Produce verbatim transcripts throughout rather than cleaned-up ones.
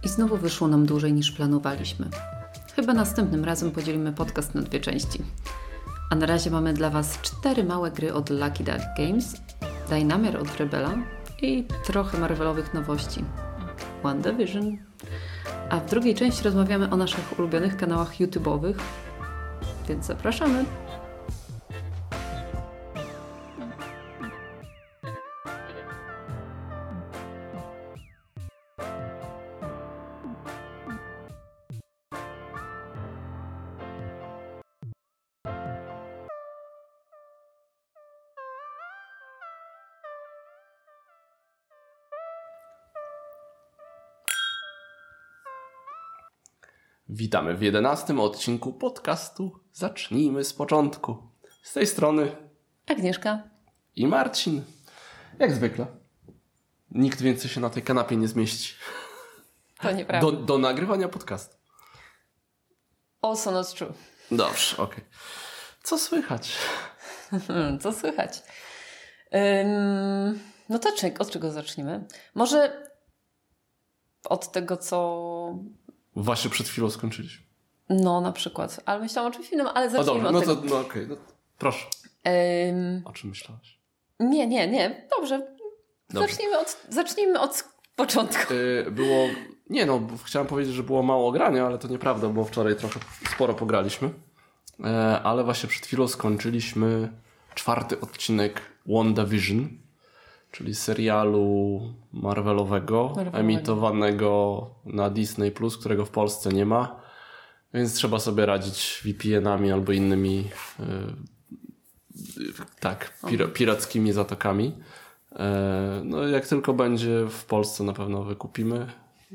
I znowu wyszło nam dłużej niż planowaliśmy. Chyba następnym razem podzielimy podcast na dwie części. A na razie mamy dla Was cztery małe gry od Lucky Duck Games, Dynamir od Rebela i trochę Marvelowych nowości. WandaVision. A w drugiej części rozmawiamy o naszych ulubionych kanałach YouTube'owych, więc zapraszamy! Witamy w jedenastym odcinku podcastu Zacznijmy z początku. Z tej strony Agnieszka i Marcin. Jak zwykle. Nikt więcej się na tej kanapie nie zmieści. To nieprawda. Do, do nagrywania podcastu. Also not true. Dobrze, okej. Okay. Co słychać? Co słychać? Um, no to czek, od czego zaczniemy? Może od tego, co... Właśnie przed chwilą skończyliśmy. No, na przykład. Ale myślałam o czymś innym, ale zacznijmy o, dobrze, od no tego. To, no okej, okay, no, proszę. Um, o czym myślałaś? Nie, nie, nie. Dobrze. Dobrze. Zacznijmy od, zacznijmy od początku. Yy, było... Nie no, chciałem powiedzieć, że było mało grania, ale to nieprawda, bo wczoraj trochę sporo pograliśmy. Yy, ale właśnie przed chwilą skończyliśmy czwarty odcinek WandaVision, czyli serialu Marvelowego, Marvelowego, emitowanego na Disney plus, którego w Polsce nie ma, więc trzeba sobie radzić V P N-ami albo innymi yy, tak, pir- pirackimi zatokami. Yy, no jak tylko będzie w Polsce, na pewno wykupimy.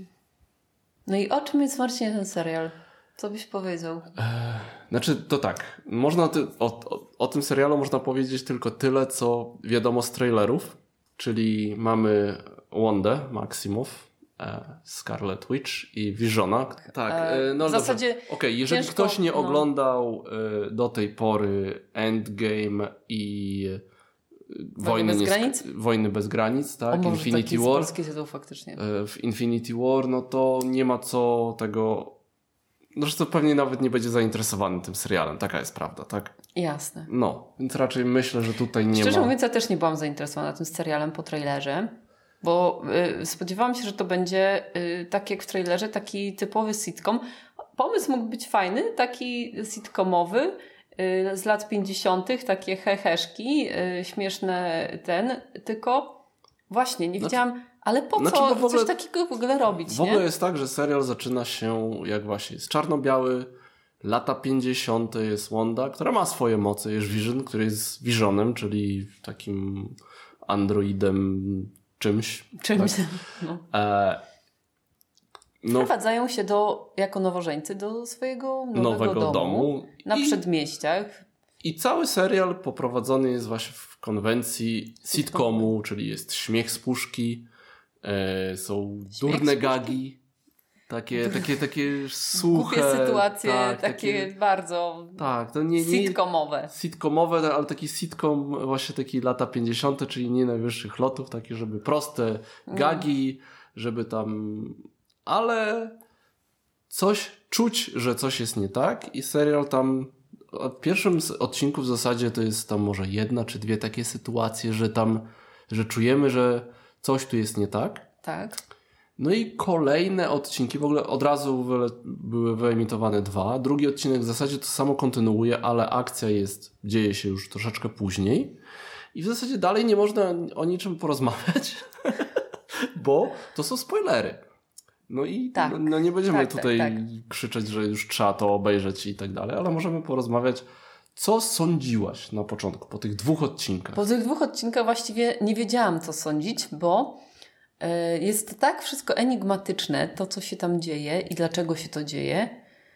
No i o czym jest Marcin ten serial? Co byś powiedział? Yy, znaczy to tak, można ty- o, o, o tym serialu można powiedzieć tylko tyle, co wiadomo z trailerów. Czyli mamy Wandę Maximoff, e, Scarlet Witch i Visiona. Tak, e, no w zasadzie Okej, okay, jeżeli ciężko, ktoś nie no. oglądał e, do tej pory Endgame i Wojny bez, bez granic? Wojny bez granic, tak? O, Infinity taki War. polski tytuł faktycznie. E, w Infinity War, no to nie ma co tego... No, że to pewnie nawet nie będzie zainteresowany tym serialem. Taka jest prawda, tak? Jasne. No, więc raczej myślę, że tutaj nie Szczerze ma... mówiąc, ja też nie byłam zainteresowana tym serialem po trailerze, bo y, spodziewałam się, że to będzie y, tak jak w trailerze, taki typowy sitcom. Pomysł mógł być fajny, taki sitcomowy, y, z lat pięćdziesiątych, takie heheszki, y, śmieszne ten, tylko właśnie nie Znaczy, wiedziałam... Ale po znaczy, co w ogóle, coś takiego w ogóle robić, W ogóle nie? jest tak, że serial zaczyna się jak właśnie jest czarno-biały, lata pięćdziesiąte jest Wanda, która ma swoje moce, jest Vision, który jest Visionem, czyli takim androidem czymś. Czymś. Tak? No. E, no, Wprowadzają się do, jako nowożeńcy do swojego nowego, nowego domu, domu. na I, przedmieściach. I cały serial poprowadzony jest właśnie w konwencji sitcomu, czyli jest śmiech z puszki, e, są Śmiech durne z gagi, takie, takie, takie suche. Głupie sytuacje, tak, takie, takie bardzo tak, to nie, nie, sitcomowe. Sitcomowe, ale taki sitcom właśnie taki lata pięćdziesiąte, czyli nie najwyższych lotów, takie żeby proste gagi, mm. żeby tam... Ale coś czuć, że coś jest nie tak i serial tam od pierwszym odcinku w zasadzie to jest tam może jedna czy dwie takie sytuacje, że tam, że czujemy, że coś tu jest nie tak. Tak. No i kolejne odcinki, w ogóle od razu wyle, były wyemitowane dwa. Drugi odcinek w zasadzie to samo kontynuuje, ale akcja jest, dzieje się już troszeczkę później. I w zasadzie dalej nie można o niczym porozmawiać, bo to są spoilery. No i tak. no, no nie będziemy tak, tutaj tak, tak. krzyczeć, że już trzeba to obejrzeć i tak dalej, ale możemy porozmawiać. Co sądziłaś na początku, po tych dwóch odcinkach? Po tych dwóch odcinkach właściwie nie wiedziałam, co sądzić, bo y, jest to tak wszystko enigmatyczne, to co się tam dzieje i dlaczego się to dzieje,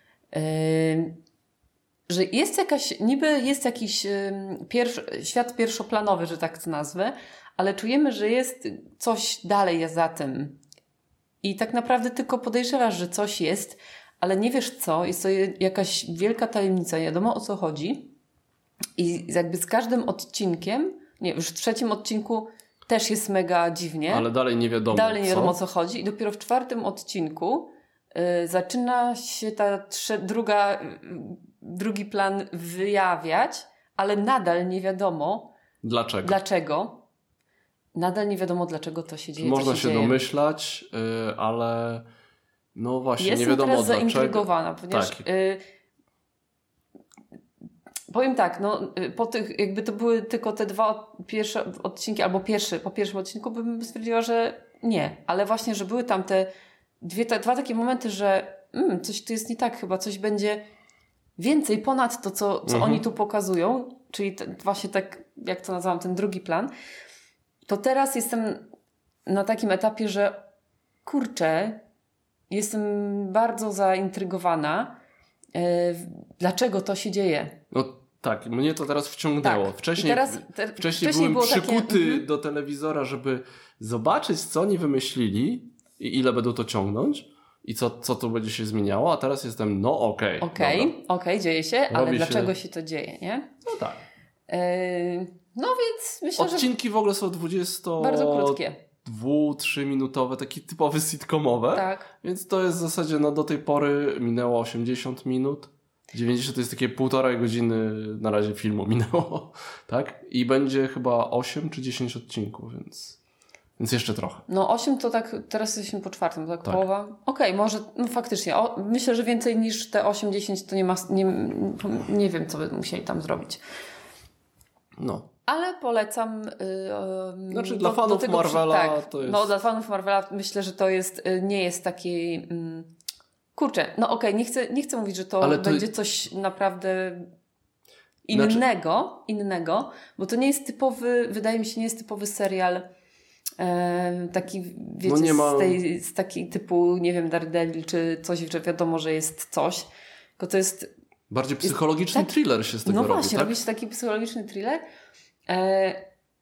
y, że jest jakaś, niby jest jakiś y, pierwszy, świat pierwszoplanowy, że tak to nazwę, ale czujemy, że jest coś dalej za tym. I tak naprawdę tylko podejrzewasz, że coś jest, ale nie wiesz co. Jest to jakaś wielka tajemnica, nie wiadomo o co chodzi. I jakby z każdym odcinkiem, nie, już w trzecim odcinku też jest mega dziwnie. Ale dalej nie wiadomo Dalej nie wiadomo, co? o co chodzi. I dopiero w czwartym odcinku y, zaczyna się ta trze- druga, y, drugi plan wyjawiać, ale nadal nie wiadomo Dlaczego? dlaczego. Nadal nie wiadomo, dlaczego to się dzieje. Można się, się dzieje. domyślać, yy, ale no właśnie, Jestem nie wiadomo teraz dlaczego. zaintrygowana, ponieważ Tak. y, powiem tak, no y, po tych, jakby to były tylko te dwa pierwsze odcinki, albo pierwszy, po pierwszym odcinku bym stwierdziła, że nie, ale właśnie, że były tam te, dwie, te dwa takie momenty, że mm, coś tu jest nie tak, chyba coś będzie więcej ponad to, co, co Mhm. oni tu pokazują, czyli te, właśnie tak, jak to nazywam, ten drugi plan, to teraz jestem na takim etapie, że kurczę, jestem bardzo zaintrygowana, yy, dlaczego to się dzieje. No tak, mnie to teraz wciągnęło. Tak. Wcześniej, I teraz, te, wcześniej, wcześniej byłem było przykuty takie, do telewizora, żeby zobaczyć, co oni wymyślili i ile będą to ciągnąć i co, co to będzie się zmieniało, a teraz jestem, no okej. Okay, Okej, okej, okay, dzieje się, ale Robi dlaczego się... się to dzieje, nie? No tak. Yy, no więc myślę, Odcinki że w ogóle są dwudziesto... bardzo krótkie. dwu, trzyminutowe, takie typowe sitcomowe. Tak. Więc to jest w zasadzie, no do tej pory minęło osiemdziesiąt minut. dziewięćdziesiąt to jest takie półtorej godziny na razie filmu minęło. Tak? I będzie chyba osiem czy dziesięć odcinków, więc, więc jeszcze trochę. No osiem to tak, teraz jesteśmy po czwartym, tak, Tak. połowa. Okej, okay, może, no faktycznie, o, myślę, że więcej niż te osiem dziesięć to nie ma, nie, nie wiem, co by musieli tam zrobić. No. Ale polecam. Yy, Znaczy do, dla fanów do tego Marvela przy, tak, to jest... No dla fanów Marvela myślę, że to jest, yy, nie jest taki... Yy, kurczę, no okej, okay, nie, chcę, nie chcę mówić, że to, Ale to będzie coś naprawdę innego, znaczy... innego, bo to nie jest typowy, wydaje mi się, nie jest typowy serial yy, taki, wiecie, no nie ma... z, tej, z takiej typu, nie wiem, Daredevil czy coś, że wiadomo, że jest coś, tylko to jest... Bardziej psychologiczny jest, thriller się z tego no robi, No właśnie, tak? robi się taki psychologiczny thriller, e,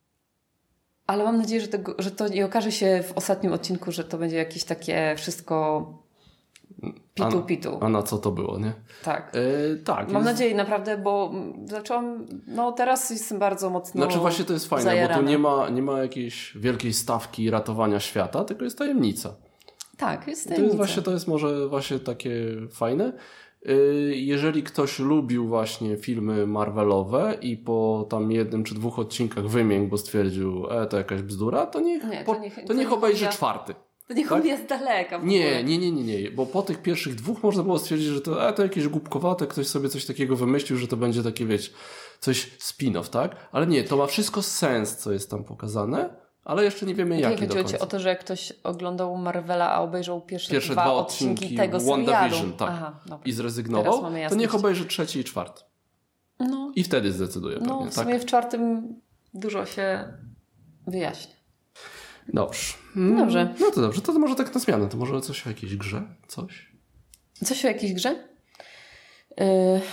ale mam nadzieję, że, tego, że to nie okaże się w ostatnim odcinku, że to będzie jakieś takie wszystko pitu-pitu. A, a na co to było, nie? Tak. E, tak. Mam jest... nadzieję naprawdę, bo zaczęłam, no teraz jestem bardzo mocno Znaczy właśnie to jest fajne, zajarana. bo tu nie ma, nie ma jakiejś wielkiej stawki ratowania świata, tylko jest tajemnica. Tak, jest tajemnica. To jest właśnie, to jest może właśnie takie fajne. Jeżeli ktoś lubił właśnie filmy Marvelowe i po tam jednym czy dwóch odcinkach wymiękł, bo stwierdził, e, to jakaś bzdura, to niech, nie, po, to niech, to niech to obejrzy ja... czwarty. To niech tak? on jest z daleka. W nie, ogóle. nie, nie, nie, nie, bo po tych pierwszych dwóch można było stwierdzić, że to, e, to jakieś głupkowate, ktoś sobie coś takiego wymyślił, że to będzie takie, wiecie, coś spin-off, tak? Ale nie, to ma wszystko sens, co jest tam pokazane. Ale jeszcze nie wiemy, jaki do chodziło końca. ci o to, że jak ktoś oglądał Marvela, a obejrzał pierwsze, Pierwsze dwa, dwa odcinki, odcinki tego serialu. WandaVision, tak. Aha, dobra. I zrezygnował, to jasność. niech obejrzy trzeci i czwarty. No, I wtedy zdecyduje no pewnie, w tak? sumie w czwartym dużo się wyjaśnia. Dobrze. Dobrze. No to dobrze, to może tak na zmianę. To może coś o jakiejś grze? Coś? Coś o jakiejś grze? Yy...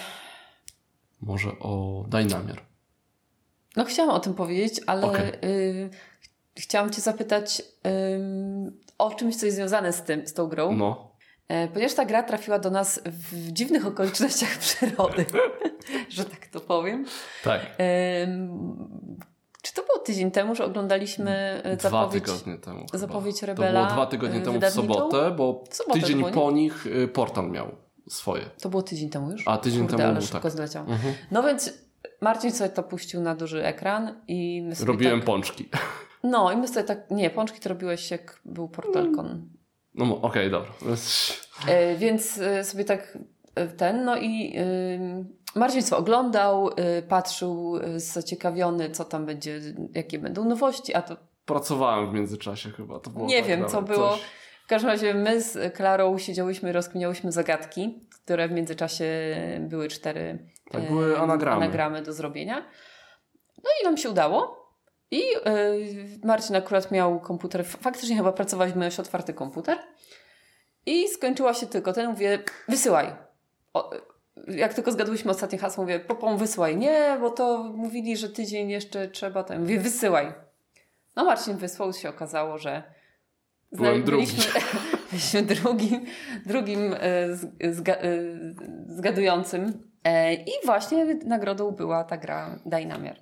Może o Daj namiar. No chciałam o tym powiedzieć, ale Okay. yy, chciałam cię zapytać yy, o czymś, co jest związane z tym, z tą grą. No. Yy, ponieważ ta gra trafiła do nas w dziwnych okolicznościach przyrody, że tak to powiem. Tak. Yy, czy to było tydzień temu, że oglądaliśmy Dwa zapowiedź, tygodnie temu chyba. zapowiedź Rebela? To było dwa tygodnie temu w wydawniczą? sobotę, bo W sobotę tydzień było, nie? po nich y, Portal miał swoje. To było tydzień temu już? A tydzień Kurde, temu ale był, szybko tak. zleciał. Mhm. No więc Marcin sobie to puścił na duży ekran i my sobie Robiłem tak... pączki. No i my sobie tak... Nie, pączki to robiłeś jak był PortalCon. No okej, okay, dobra. E, więc e, sobie tak e, ten, no i e, Marcin co oglądał, e, patrzył e, zaciekawiony, co tam będzie, jakie będą nowości, a to... Pracowałem w międzyczasie chyba. To było Nie tak wiem, nawet co było. coś. W każdym razie my z Klarą siedziałyśmy i rozkminiałyśmy zagadki, które w międzyczasie były cztery Tak, były anagramy. anagramy do zrobienia. No i nam się udało. I yy, Marcin akurat miał komputer, faktycznie chyba pracowaliśmy, miałeś otwarty komputer. I skończyła się tylko ten, mówię, wysyłaj. O, jak tylko zgadłyśmy ostatnie hasło, mówię, popą, wysyłaj. Nie, bo to mówili, że tydzień jeszcze trzeba. To mówię, wysyłaj. No Marcin wysłał, się okazało, że Byłem drugi. byliśmy, byliśmy drugim, drugim e, zga, e, zgadującym. E, I właśnie nagrodą była ta gra Daj namiar.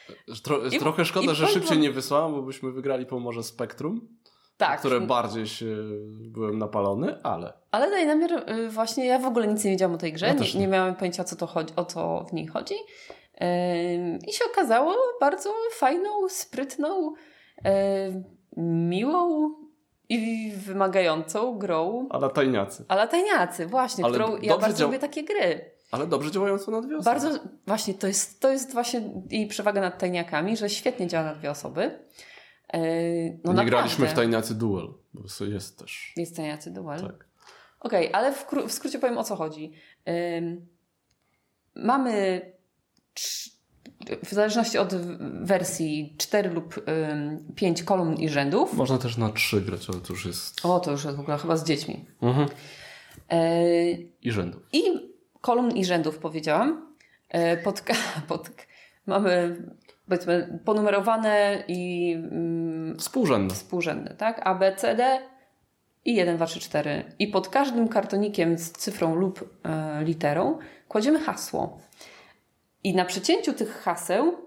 Tro, I, trochę szkoda, i że powiem szybciej wam- nie wysłałam, bo byśmy wygrali pomorze Spektrum, Tak. które bardziej się byłem napalony, ale... Ale daj namiar, y, właśnie ja w ogóle nic nie wiedziałam o tej grze, Ja nie, też nie. nie miałam pojęcia, co to chodzi, o co w niej chodzi. Ym, I się okazało bardzo fajną, sprytną, y, miłą i wymagającą grą. A latajniacy. A latajniacy, właśnie, Ale którą ja dobrze bardzo dział- lubię takie gry. Ale dobrze działające na dwie osoby. Bardzo, właśnie, to jest, to jest właśnie jej przewaga nad tajniakami, że świetnie działa na dwie osoby. Yy, no nie naprawdę. graliśmy w Tajniacy Duel, bo jest też. Jest tajniacy duel. Tak. Okej, ale w, kró- w skrócie powiem, o co chodzi. Ym, mamy cz- w zależności od wersji cztery lub ym, pięć kolumn i rzędów. Można też na trzy grać, ale to już jest... O, to już jest w ogóle chyba z dziećmi. Mhm. Yy, I rzędów. I kolumn i rzędów powiedziałam. Yy, pod, pod, mamy powiedzmy ponumerowane i ym, Współrzędne. współrzędne, tak? A, B, C, D i jeden, dwa, trzy, cztery. I pod każdym kartonikiem z cyfrą lub e, literą kładziemy hasło. I na przecięciu tych haseł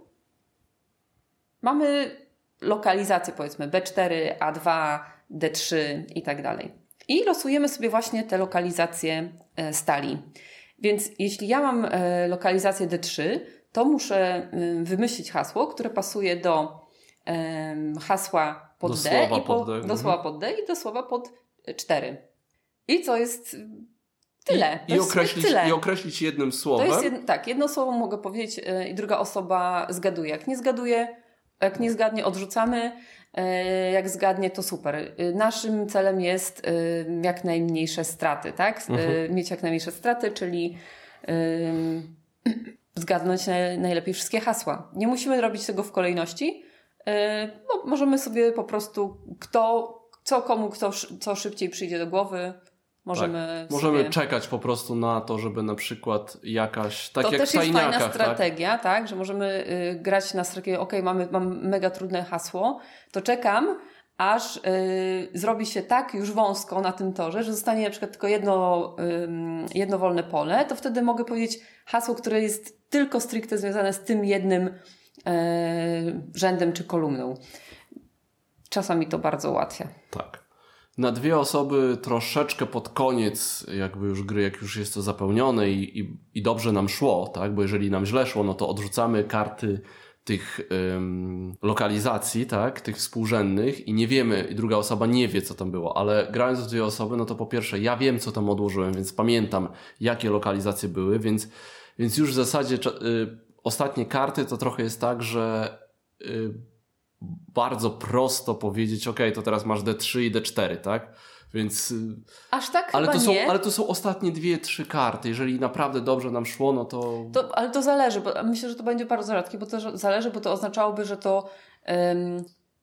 mamy lokalizację, powiedzmy B cztery, A dwa, D trzy i tak dalej. I losujemy sobie właśnie te lokalizacje e, stali. Więc jeśli ja mam e, lokalizację D trzy, to muszę e, wymyślić hasło, które pasuje do e, hasła pod Do D, słowa i po, pod D, do mhm. słowa pod D i do słowa pod cztery. I co jest tyle. To I, jest określić, tyle. I określić jednym To słowem. jest jedno, tak, jedno słowo mogę powiedzieć yy, i druga osoba zgaduje. Jak nie zgaduje, jak nie zgadnie, odrzucamy. Yy, jak zgadnie, to super. Yy, naszym celem jest yy, jak najmniejsze straty, tak? Yy, Mhm. mieć jak najmniejsze straty, czyli yy, zgadnąć na, najlepiej wszystkie hasła. Nie musimy robić tego w kolejności, yy, bo możemy sobie po prostu kto, co komu, kto, sz- co szybciej przyjdzie do głowy, możemy Tak. Możemy sobie... czekać po prostu na to, żeby na przykład jakaś, tak to jak też w jest fajna tajniakach, tak? strategia, tak? tak, że możemy y, grać na strategię, ok, mamy, mam mega trudne hasło, to czekam, aż y, zrobi się tak już wąsko na tym torze, że zostanie na przykład tylko jedno, y, jedno wolne pole, to wtedy mogę powiedzieć hasło, które jest tylko stricte związane z tym jednym y, rzędem czy kolumną. Czasami to bardzo ułatwia. Tak. Na dwie osoby troszeczkę pod koniec jakby już gry, jak już jest to zapełnione i, i, i dobrze nam szło, tak? Bo jeżeli nam źle szło, no to odrzucamy karty tych ym, lokalizacji, tak? Tych współrzędnych i nie wiemy, i druga osoba nie wie, co tam było, ale grając w dwie osoby, no to po pierwsze ja wiem, co tam odłożyłem, więc pamiętam, jakie lokalizacje były, więc, więc już w zasadzie y, ostatnie karty to trochę jest tak, że y, bardzo prosto powiedzieć, ok, to teraz masz D trzy i D cztery, tak? Więc... Aż tak ale chyba to są, nie. ale to są ostatnie dwie, trzy karty. Jeżeli naprawdę dobrze nam szło, no to... To, ale to zależy, bo myślę, że to będzie bardzo rzadkie, bo to zależy, bo to oznaczałoby, że to um,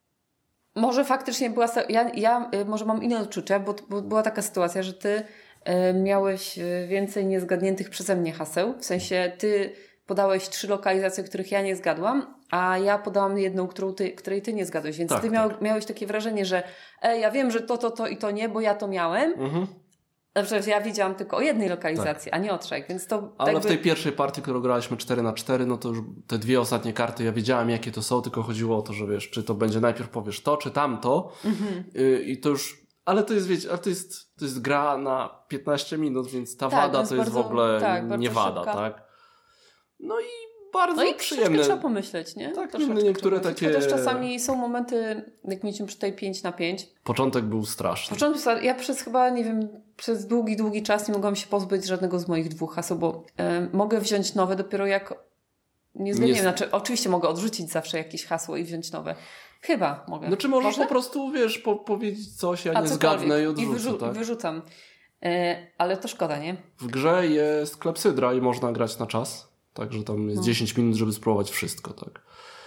może faktycznie była... Ja, ja może mam inne odczucia, bo, bo była taka sytuacja, że ty um, miałeś więcej niezgadniętych przeze mnie haseł. W sensie ty podałeś trzy lokalizacje, których ja nie zgadłam, a ja podałam jedną, którą ty, której ty nie zgadłeś. Więc tak, ty miał, tak. miałeś takie wrażenie, że e, ja wiem, że to, to, to i to nie, bo ja to miałem. Mhm. Znaczy, ja wiedziałam tylko o jednej lokalizacji, tak. a nie o trzech, więc to... Ale jakby... w tej pierwszej partii, którą graliśmy cztery na cztery, no to już te dwie ostatnie karty, ja wiedziałem, jakie to są, tylko chodziło o to, że wiesz, czy to będzie najpierw powiesz to, czy tamto. Mhm. Y- I to już... Ale to jest, wiecie, ale to jest, to jest gra na piętnaście minut, więc ta tak, wada jest to jest bardzo, w ogóle tak, nie wada, szybka. tak? No i bardzo No i przyjemne. trzeba pomyśleć, nie? Tak, Troszeczkę niektóre trzeba takie... Chociaż czasami są momenty, jak mieliśmy przy tej pięć na pięć. Początek był straszny. Początek, ja przez chyba, nie wiem, przez długi, długi czas nie mogłam się pozbyć żadnego z moich dwóch haseł, bo y, mogę wziąć nowe dopiero jak nie zgadniemy. Nie... Znaczy, oczywiście mogę odrzucić zawsze jakieś hasło i wziąć nowe. Chyba mogę. Znaczy możesz Można? po prostu, wiesz, po, powiedzieć coś, ja A nie cokolwiek. zgadnę i odrzucę, I wyrzu- tak? wyrzucam. Y, ale to szkoda, nie? W grze jest klepsydra i można grać na czas. Także tam jest no. dziesięć minut, żeby spróbować wszystko, tak.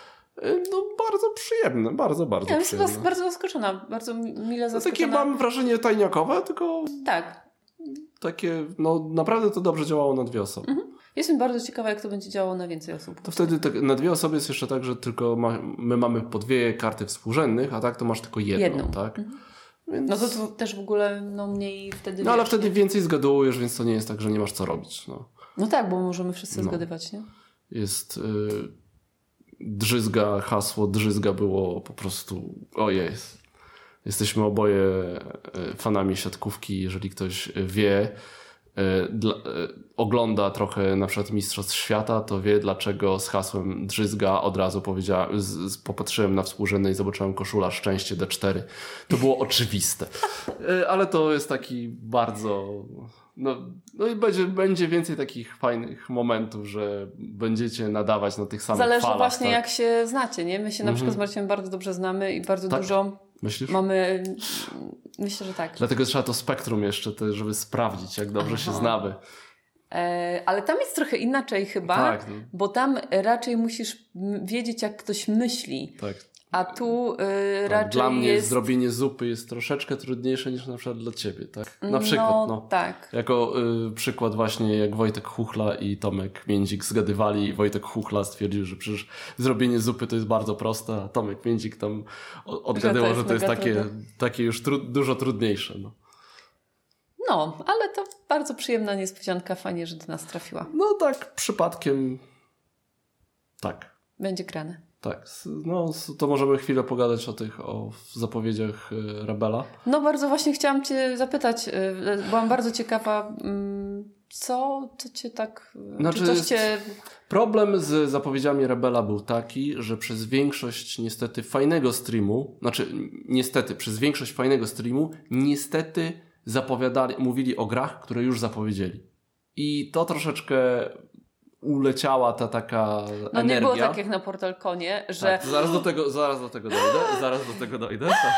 No bardzo przyjemne, bardzo, bardzo Ja przyjemne. jestem bardzo zaskoczona, bardzo mile No, zaskoczona. takie mam wrażenie tajniakowe, tylko Tak. takie, no naprawdę to dobrze działało na dwie osoby. Mhm. Jestem bardzo ciekawa, jak to będzie działało na więcej osób. To wtedy tak, na dwie osoby jest jeszcze tak, że tylko ma, my mamy po dwie karty współrzędnych, a tak to masz tylko jedną, Jedną. tak? Mhm. Więc... No to, to też w ogóle no mniej wtedy... No ale wiesz, wtedy nie? więcej zgadujesz, więc to nie jest tak, że nie masz co robić, no. No tak, bo możemy wszyscy No. zgadywać, nie? Jest... Yy... drzyzga, hasło drzyzga było po prostu ojej. Jesteśmy oboje fanami siatkówki, jeżeli ktoś wie, Dla, ogląda trochę na przykład Mistrzostw Świata, to wie dlaczego z hasłem drzyzga od razu powiedziałem, z, z, popatrzyłem na współrzędne i zobaczyłem koszula szczęście D cztery. To było oczywiste. Ale to jest taki bardzo... No, no i będzie, będzie więcej takich fajnych momentów, że będziecie nadawać na tych samych Zależy falach. właśnie tak? jak się znacie, nie? My się na Mhm. przykład z Marcinem bardzo dobrze znamy i bardzo Tak? dużo Myślisz? mamy... Myślę, że tak. Dlatego trzeba to spektrum jeszcze, te, żeby sprawdzić, jak dobrze Aha. się znamy. E, ale tam jest trochę inaczej chyba, Tak, no. bo tam raczej musisz m- wiedzieć, jak ktoś myśli. Tak. A tu y, Tak, raczej dla mnie jest... zrobienie zupy jest troszeczkę trudniejsze niż na przykład dla ciebie, tak? Na przykład, no. no. tak. Jako y, przykład właśnie jak Wojtek Chuchla i Tomek Międzik zgadywali i Wojtek Chuchla stwierdził, że przecież zrobienie zupy to jest bardzo proste, a Tomek Międzik tam o- odgadywał, że to jest, że to jest takie, takie już tru- dużo trudniejsze, no. No, ale to bardzo przyjemna niespodzianka, fajnie, że do nas trafiła. No tak, przypadkiem tak. Będzie grane. Tak, no to możemy chwilę pogadać o tych, o zapowiedziach y, Rebela. No bardzo właśnie chciałam cię zapytać, y, byłam bardzo ciekawa, mm, co, co cię tak... Znaczy, czy coś cię... Problem z zapowiedziami Rebela był taki, że przez większość niestety fajnego streamu, znaczy niestety, przez większość fajnego streamu niestety zapowiadali, mówili o grach, które już zapowiedzieli. I to troszeczkę uleciała ta taka No energia. nie było tak jak na Portalconie, że... Tak, zaraz do tego, zaraz do tego dojdę, zaraz do tego dojdę. Tak.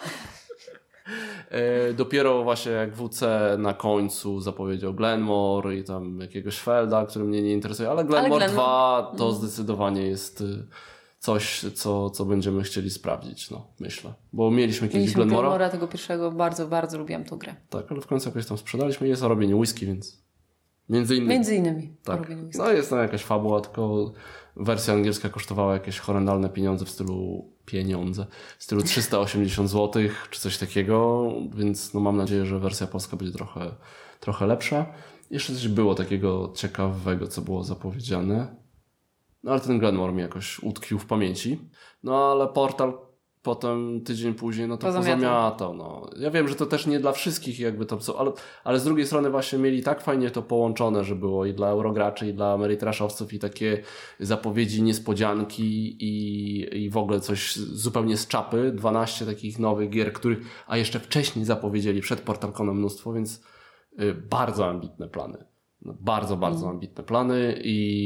E, dopiero właśnie jak W C na końcu zapowiedział Glenmore i tam jakiegoś Felda, który mnie nie interesuje, ale Glenmore ale Glenmore... dwa to mm. zdecydowanie jest coś, co, co będziemy chcieli sprawdzić, no myślę. Bo mieliśmy kiedyś Mieliśmy Glenmore'a. Glenmore'a tego pierwszego, bardzo, bardzo lubiłam tą grę. Tak, ale w końcu jakoś tam sprzedaliśmy i jest o robieniu whisky, więc między innymi. Między innymi tak. o robieniu whisky. No jest tam jakaś fabuła, tylko wersja angielska kosztowała jakieś horrendalne pieniądze w stylu pieniądze, w stylu trzysta osiemdziesiąt złotych czy coś takiego, więc no mam nadzieję, że wersja polska będzie trochę, trochę lepsza. Jeszcze coś było takiego ciekawego, co było zapowiedziane. No ale ten Glenmore mi jakoś utkwił w pamięci. No ale Portal potem tydzień później no to Pozamiatał. pozamiatał. No. Ja wiem, że to też nie dla wszystkich jakby to, ale, ale z drugiej strony właśnie mieli tak fajnie to połączone, że było i dla eurograczy, i dla Ameritrashowców i takie zapowiedzi, niespodzianki i, i w ogóle coś zupełnie z czapy. dwanaście takich nowych gier, których, a jeszcze wcześniej zapowiedzieli przed Portalconem mnóstwo, więc y, bardzo ambitne plany. No, bardzo, bardzo mm. ambitne plany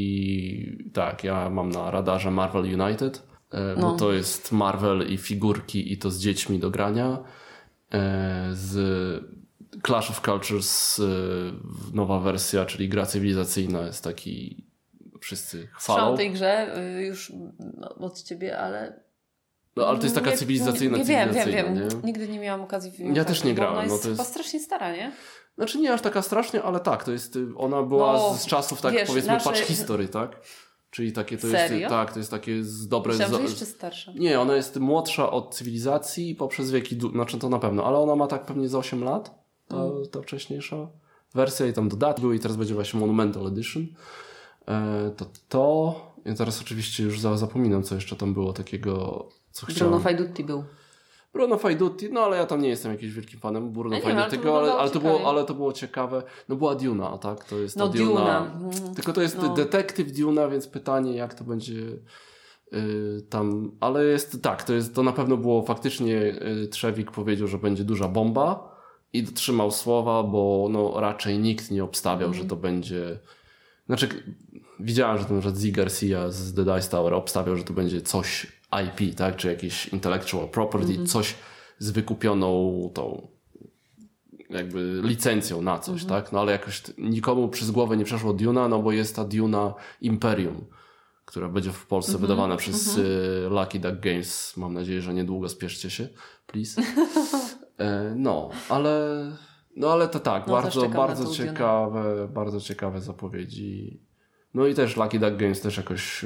i tak, ja mam na radarze Marvel United, e, no. bo to jest Marvel i figurki i to z dziećmi do grania. E, z Clash of Cultures e, nowa wersja, czyli gra cywilizacyjna jest taki, wszyscy chwalą. Słyszałam o tej grze y, już no, od ciebie, ale... No, ale to jest taka nie, cywilizacyjna, nie, nie cywilizacyjna, wiem, wiem, nie? wiem. Nigdy nie miałam okazji... Ja tak, też nie grałem. Ona jest, no to jest chyba strasznie stara, nie? Znaczy nie aż taka strasznie, ale tak, to jest, ona była no, z, z czasów, tak wiesz, powiedzmy, nasze... Patch History, tak? Czyli takie to Serio? jest, tak, to jest takie z dobre... Myślałam, z... że jeszcze starsza. Nie, ona jest młodsza od cywilizacji poprzez wieki, du... znaczy to na pewno, ale ona ma tak pewnie z osiem lat, ta, mm. ta wcześniejsza wersja i tam dodatki były i teraz będzie właśnie Monumental Edition. E, to to, ja teraz oczywiście już zapominam, co jeszcze tam było takiego, co chciałem. Bruno Faidutti był. Bruno Faidutti, no ale ja tam nie jestem jakimś wielkim fanem Bruno ja Faiduttiego, ale, ale, to było, ale to było ciekawe. No była Duna, tak? To jest no ta Duna. Duna. Tylko to jest no. detektyw Duna, więc pytanie, jak to będzie yy, tam... Ale jest tak, to, jest, to na pewno było faktycznie yy, Trzewik powiedział, że będzie duża bomba i dotrzymał słowa, bo no raczej nikt nie obstawiał, mm. że to będzie... Znaczy, widziałem, że ten Z Garcia z The Dice Tower obstawiał, że to będzie coś I P, tak? Czy jakieś intellectual property, mm-hmm. coś z wykupioną tą jakby licencją na coś, mm-hmm. tak? No ale jakoś nikomu przez głowę nie przeszło Duna, no bo jest ta Duna Imperium, która będzie w Polsce mm-hmm. wydawana przez mm-hmm. y, Lucky Duck Games. Mam nadzieję, że niedługo spieszcie się, please. e, no, ale no ale to tak, no, bardzo, bardzo ciekawe, bardzo ciekawe zapowiedzi. No i też Lucky Duck Games też jakoś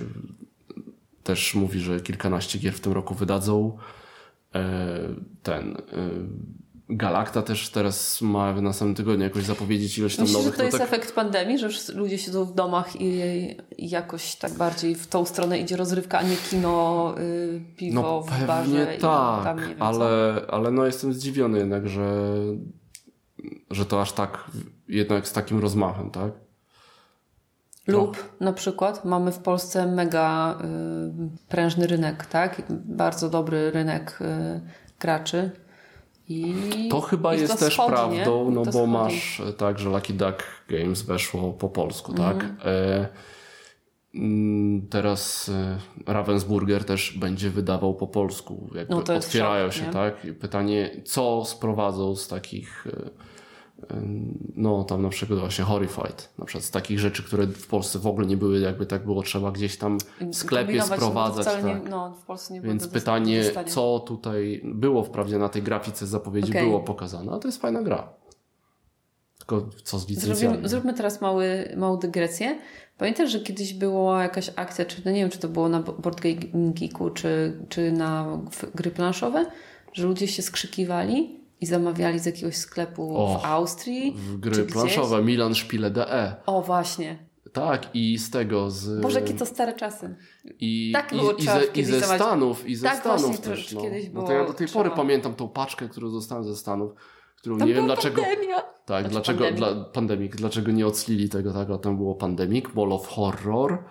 też mówi, że kilkanaście gier w tym roku wydadzą. Ten Galacta też teraz ma w następnym tygodniu jakoś zapowiedzieć ilość tam Myślę, nowych. że to jest tak... efekt pandemii, że już ludzie siedzą w domach i, i jakoś tak bardziej w tą stronę idzie rozrywka, a nie kino, y, piwo no, w pewnie barze. tak, i tam nie wiem ale, ale no jestem zdziwiony jednak, że, że to aż tak jednak z takim rozmachem, tak? Lub no. na przykład mamy w Polsce mega y, prężny rynek, tak? Bardzo dobry rynek y, graczy. I to chyba i jest to też schodzi, prawdą, no bo schodzi. masz tak, że Lucky Duck Games weszło po polsku, tak? Mhm. E, m, teraz e, Ravensburger też będzie wydawał po polsku. Jakby No to jest otwierają szok, się, nie? tak? I pytanie, co sprowadzą z takich e, no tam na przykład właśnie Horrified, na przykład z takich rzeczy, które w Polsce w ogóle nie były, jakby tak było trzeba gdzieś tam w sklepie sprowadzać. Tak. Tak. Nie, no, w Polsce nie Więc pytanie, co tutaj było wprawdzie na tej grafice zapowiedzi okay. było pokazane, a to jest fajna gra. Tylko co z licencjami? Zróbmy, zróbmy teraz mały, małą dygresję. Pamiętasz, że kiedyś była jakaś akcja, czy no nie wiem, czy to było na Board Game Geeku, czy, czy na gry planszowe, że ludzie się skrzykiwali i zamawiali z jakiegoś sklepu o, w Austrii. W gry planszowe, Milan Spiele punkt de e. O, właśnie. Tak, i z tego, z... Boże, jakie to stare czasy. I, tak i, było i, ze, i ze zamawiać. Stanów, i ze tak, Stanów właśnie, też. to, No. kiedyś było no to ja do tej trzeba. pory pamiętam tą paczkę, którą dostałem ze Stanów, którą tam nie wiem dlaczego... pandemia. Tak, znaczy dlaczego... pandemic. Dla, pandemic. Dlaczego nie oclili tego, tak? A tam było Pandemic, Wall of Horror...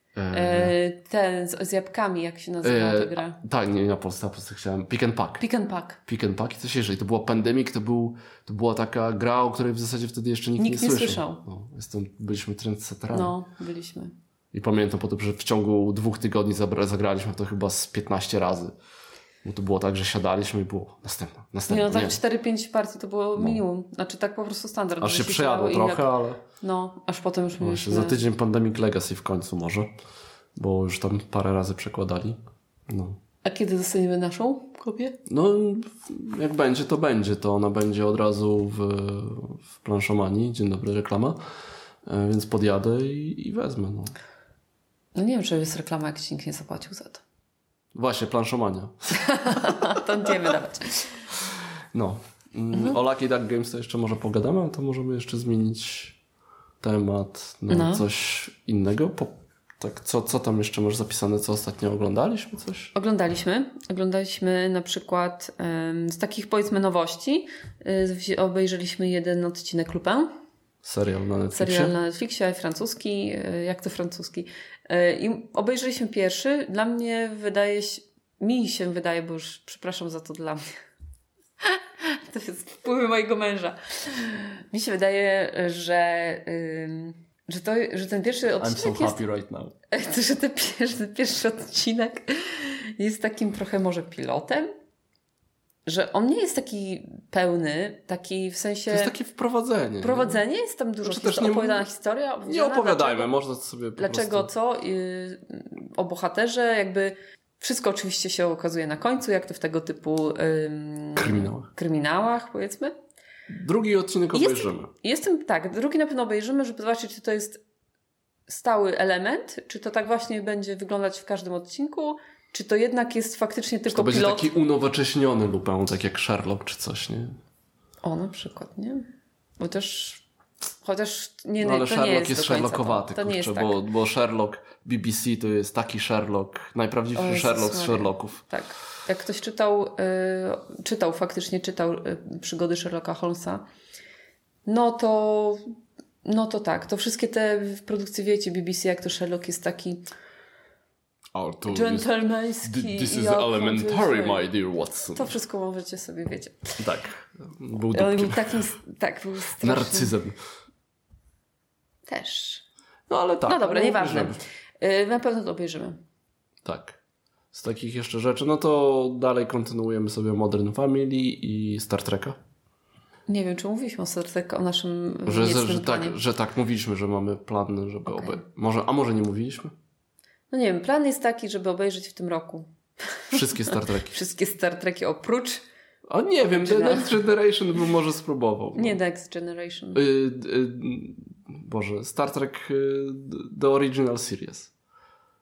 E, ten z, z jabłkami, jak się nazywa e, ta gra? Tak, nie, na Polsce, na Polsce chciałem. Pick and Pack. Pick and Pack. Pick and Pack i coś jeszcze. I to była Pandemic, to, był, to była taka gra, o której w zasadzie wtedy jeszcze nikt, nikt nie, nie słyszał. słyszał. No, jestem, byliśmy trendsetterami. No, byliśmy. I pamiętam potem, że w ciągu dwóch tygodni zagraliśmy to chyba z piętnaście razy. Bo to było tak, że siadaliśmy i było następna, następna. Nie, no tak nie. cztery pięć partii to było No. minimum. Znaczy tak po prostu standard. Aż się się przejadło trochę, jak... ale... No, aż potem już Właśnie, mieliśmy... za tydzień Pandemic Legacy w końcu może. Bo już tam parę razy przekładali. No. A kiedy dostaniemy naszą kopię? No, jak będzie, to będzie. To ona będzie od razu w, w planszomanii. Dzień dobry, reklama. E, więc podjadę i, i wezmę. No. no nie wiem, czy jest reklama, jak ci nikt nie zapłacił za to. Właśnie, planszomania. To będziemy dawać. No. Mhm. O Lucky Duck Games to jeszcze może pogadamy, a to możemy jeszcze zmienić temat na no. coś innego. Po, tak, co, co tam jeszcze masz zapisane, co ostatnio oglądaliśmy? Coś? Oglądaliśmy. Oglądaliśmy na przykład um, z takich powiedzmy nowości. Y, obejrzeliśmy jeden odcinek Lupin. Serial na Netflixie. Serial na Netflixie, francuski. Y, jak to francuski? Y, I obejrzeliśmy pierwszy. Dla mnie wydaje się, mi się wydaje, bo już przepraszam za to dla mnie. To jest wpływy mojego męża. Mi się wydaje, że, ym, że, to, że ten pierwszy odcinek I'm so jest, happy right now. że ten pierwszy, ten pierwszy odcinek jest takim trochę może pilotem, że on nie jest taki pełny, taki w sensie... To jest takie wprowadzenie. Wprowadzenie, nie? Jest tam dużo znaczy, his- nie, opowiadana historia. Nie opowiadajmy, dlaczego, można sobie po Dlaczego, prostu... co? Yy, o bohaterze, jakby... Wszystko oczywiście się okazuje na końcu, jak to w tego typu ym, kryminałach. kryminałach, powiedzmy. Drugi odcinek obejrzymy. Jestem, jestem, tak, drugi na pewno obejrzymy, żeby zobaczyć, czy to jest stały element, czy to tak właśnie będzie wyglądać w każdym odcinku, czy to jednak jest faktycznie tylko to będzie pilot. taki unowocześniony Lupin, tak jak Sherlock czy coś, nie? O, na przykład, nie? Bo też... Chociaż nie, no, ale to Sherlock nie jest jest Sherlockowaty, to, to nie kurczę, jest tak. bo, bo Sherlock B B C to jest taki Sherlock, najprawdziwszy O, Sherlock z Maria. Sherlocków. Tak. Jak ktoś czytał, y, czytał, faktycznie czytał y, przygody Sherlocka Holmesa, no to, no to tak. To wszystkie te produkcje, wiecie, B B C, jak to Sherlock jest taki dżentelmeński. This is i elementary, my dear Watson. To wszystko możecie sobie, wiecie. Tak. Był On był takim, tak, był straszny. narcyzem. Też. No ale tak. No dobra, no, nieważne. obejrzymy. Y, na pewno to obejrzymy. Tak. Z takich jeszcze rzeczy, no to dalej kontynuujemy sobie Modern Family i Star Treka. Nie wiem, czy mówiliśmy o Star Trek, o naszym że, że, że, tak, że tak, mówiliśmy, że mamy plan, żeby okay. obejrzeć. Może, a może nie mówiliśmy? No nie wiem, plan jest taki, żeby obejrzeć w tym roku. Wszystkie Star Treki. Wszystkie Star Treki oprócz... A nie wiem, The Next Generation bym może spróbował. No. Nie Next Generation. Y, y, Boże, Star Trek y, The Original Series.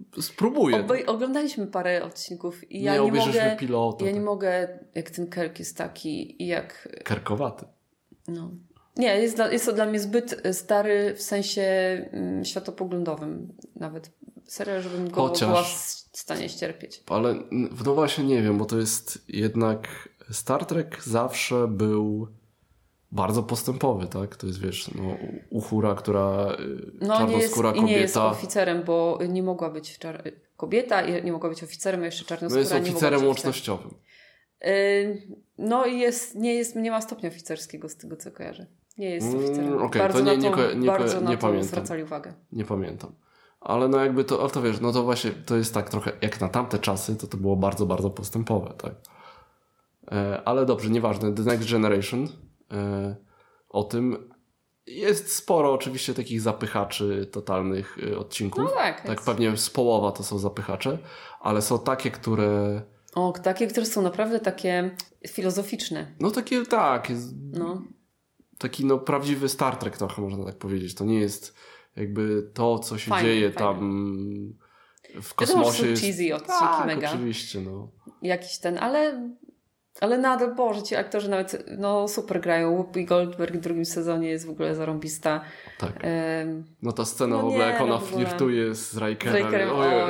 spróbuję. Obej- oglądaliśmy parę odcinków i ja nie, nie mogę... pilota. Ja tak. nie mogę, jak ten Kirk jest taki i jak... Kerkowaty. No. Nie, jest, dla, jest to dla mnie zbyt stary w sensie mm, światopoglądowym nawet. Serio, żebym go Chociaż... była w stanie ścierpieć. Ale no właśnie nie wiem, bo to jest jednak Star Trek zawsze był bardzo postępowy, tak? To jest, wiesz, no, Uhura, która no, czarnoskóra nie jest, kobieta. I nie jest oficerem, bo nie mogła być czar... kobieta i nie mogła być oficerem, a jeszcze czarnoskóra no jest nie mogła oficerem być łącznościowym. Yy, no i jest, nie, jest, nie ma stopnia oficerskiego z tego, co kojarzę. Nie jest oficerem. Mm, okay, bardzo to nie, na to, nie, nie, bardzo nie, na nie to pamiętam. zwracali uwagę. Nie pamiętam. Ale no jakby to, ale to wiesz, no to właśnie to jest tak trochę, jak na tamte czasy, to to było bardzo, bardzo postępowe, tak. E, ale dobrze, nieważne. The Next Generation, e, o tym jest sporo oczywiście takich zapychaczy totalnych e, odcinków. No tak. Tak, pewnie z połowa to są zapychacze, ale są takie, które... O, takie, które są naprawdę takie filozoficzne. No takie, tak. Jest no. Taki no prawdziwy Star Trek trochę można tak powiedzieć. To nie jest jakby to, co się fajne, dzieje fajne. tam w Wiadomo, kosmosie. że Jest... są cheesy odcinki tak, mega. oczywiście, no. Jakiś ten, ale... Ale nadal, Boże, ci aktorzy nawet no, super grają. Whoopi Goldberg w drugim sezonie jest w ogóle zarąbista. Tak. Um, No ta scena no w ogóle, nie, jak ona no w ogóle. flirtuje z Rikerem. Z Rikerem, o, o,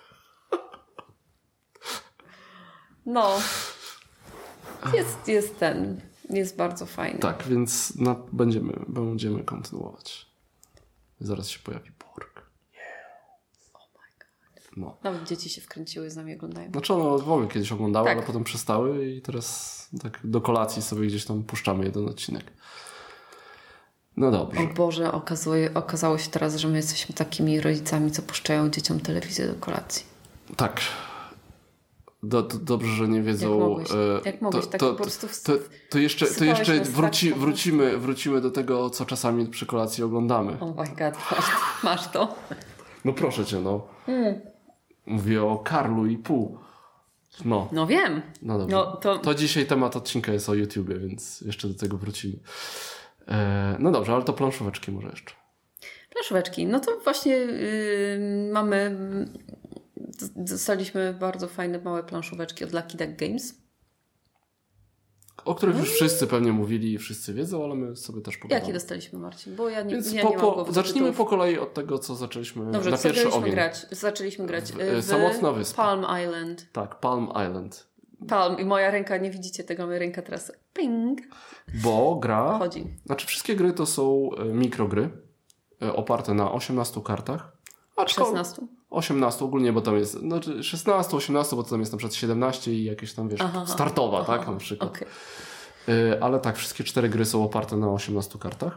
no. Jest, jest ten. Jest bardzo fajny. Tak, więc na, będziemy, będziemy kontynuować. Zaraz się pojawi Borg. Oh my god. No. Nawet dzieci się wkręciły, z nami oglądają. Znaczy one w ogóle kiedyś oglądały, Tak. ale potem przestały i teraz tak do kolacji sobie gdzieś tam puszczamy jeden odcinek. No dobrze. O Boże, okazuje, okazało się teraz, że my jesteśmy takimi rodzicami, co puszczają dzieciom telewizję do kolacji. Tak. Do, do, dobrze, że nie wiedzą. Jak mogłeś, e, jak mogłeś to, tak to, po prostu w, to, to jeszcze, to wsypałeś jeszcze nas tak wróci, po prostu. wrócimy, wrócimy do tego, co czasami przy kolacji oglądamy. Oh my god, masz, masz to? No proszę cię, no. Mm. Mówię o Karlu i pół. No. No wiem. No dobrze. No, to... to dzisiaj temat odcinka jest o YouTubie, więc jeszcze do tego wrócimy. E, no dobrze, ale to planszóweczki może jeszcze. Planszóweczki. No to właśnie yy, mamy... Dostaliśmy bardzo fajne, małe planszóweczki od Lucky Duck Games. O których już wszyscy pewnie mówili i wszyscy wiedzą, ale my sobie też pogadamy. Jakie dostaliśmy, Marcin? Bo ja nie, Więc ja po, nie mam po, głowy zacznijmy tytułów. po kolei od tego, co zaczęliśmy Dobrze, na pierwszy zaczęliśmy ogień. grać. Zaczęliśmy grać w, W- Samotna Wyspa. Palm Island. Tak, Palm Island. Palm. I moja ręka, nie widzicie tego, moja ręka teraz ping. Bo gra... Chodzi. Znaczy wszystkie gry to są e, mikrogry e, oparte na osiemnastu kartach. Aczkolwiek- szesnaście? osiemnaście ogólnie, bo tam jest znaczy szesnaście, osiemnaście, bo to tam jest na przykład siedemnaście i jakieś tam, wiesz, Aha, startowa, aha, tak, na przykład. Okay. Y, ale tak, wszystkie cztery gry są oparte na osiemnastu kartach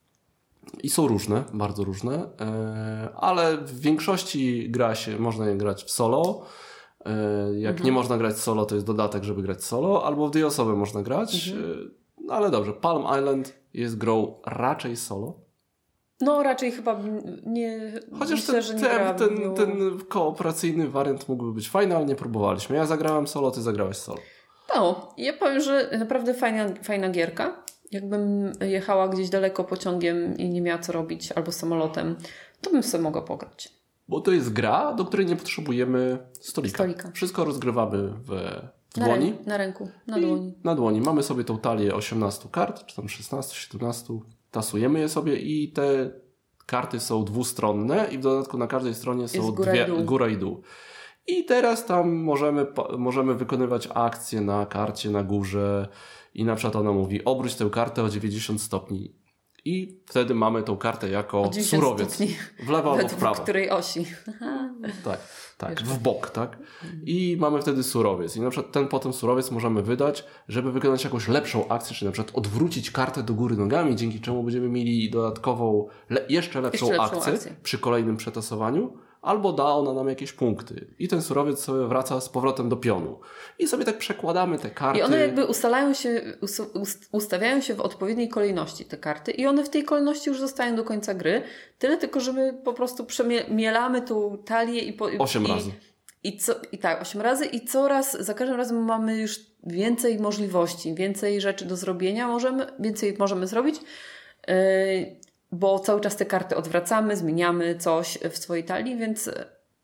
i są różne, bardzo różne, y, ale w większości gra się, można je grać w solo. Y, jak mhm. nie można grać solo, to jest dodatek, żeby grać solo, albo w dwie osoby można grać. Mhm. Y, no ale dobrze, Palm Island jest grą raczej solo. No raczej chyba nie... Chociaż myślę, ten, że nie ten, grałabym, ten, no. ten kooperacyjny wariant mógłby być fajny, ale nie próbowaliśmy. Ja zagrałem solo, ty zagrałeś solo. No, ja powiem, że naprawdę fajna, fajna gierka. Jakbym jechała gdzieś daleko pociągiem i nie miała co robić, albo samolotem, to bym sobie mogła pograć. Bo to jest gra, do której nie potrzebujemy stolika. Stolika. Wszystko rozgrywamy w, w Na, dłoni. rę- na ręku, na I dłoni. Na dłoni. Mamy sobie tą talię osiemnastu kart, czy tam szesnaście, siedemnaście. Tasujemy je sobie i te karty są dwustronne i w dodatku na każdej stronie są Jest góra dwie, i dół. góra i dół. I teraz tam możemy, pa- możemy wykonywać akcje na karcie na górze i na przykład ona mówi obróć tę kartę o dziewięćdziesiąt stopni i wtedy mamy tą kartę jako O dziewięćdziesiąt surowiec. stopni. W lewo albo w Według prawo. której osi. Tak, tak, Wiesz, w bok, tak? I mamy wtedy surowiec. I na przykład ten potem surowiec możemy wydać, żeby wykonać jakąś lepszą akcję, czyli na przykład odwrócić kartę do góry nogami, dzięki czemu będziemy mieli dodatkową, le- jeszcze lepszą, Jeszcze lepszą akcję, akcję. przy kolejnym przetasowaniu, albo da ona nam jakieś punkty. I ten surowiec sobie wraca z powrotem do pionu. I sobie tak przekładamy te karty. I one jakby ustalają się, us- ust- ustawiają się w odpowiedniej kolejności, te karty, i one w tej kolejności już zostają do końca gry. Tyle tylko, że my po prostu przemielamy tą talię i... Po, Osiem i, razy. I, co, I tak, osiem razy i coraz, za każdym razem mamy już więcej możliwości, więcej rzeczy do zrobienia, możemy, więcej możemy zrobić, yy, bo cały czas te karty odwracamy, zmieniamy coś w swojej talii, więc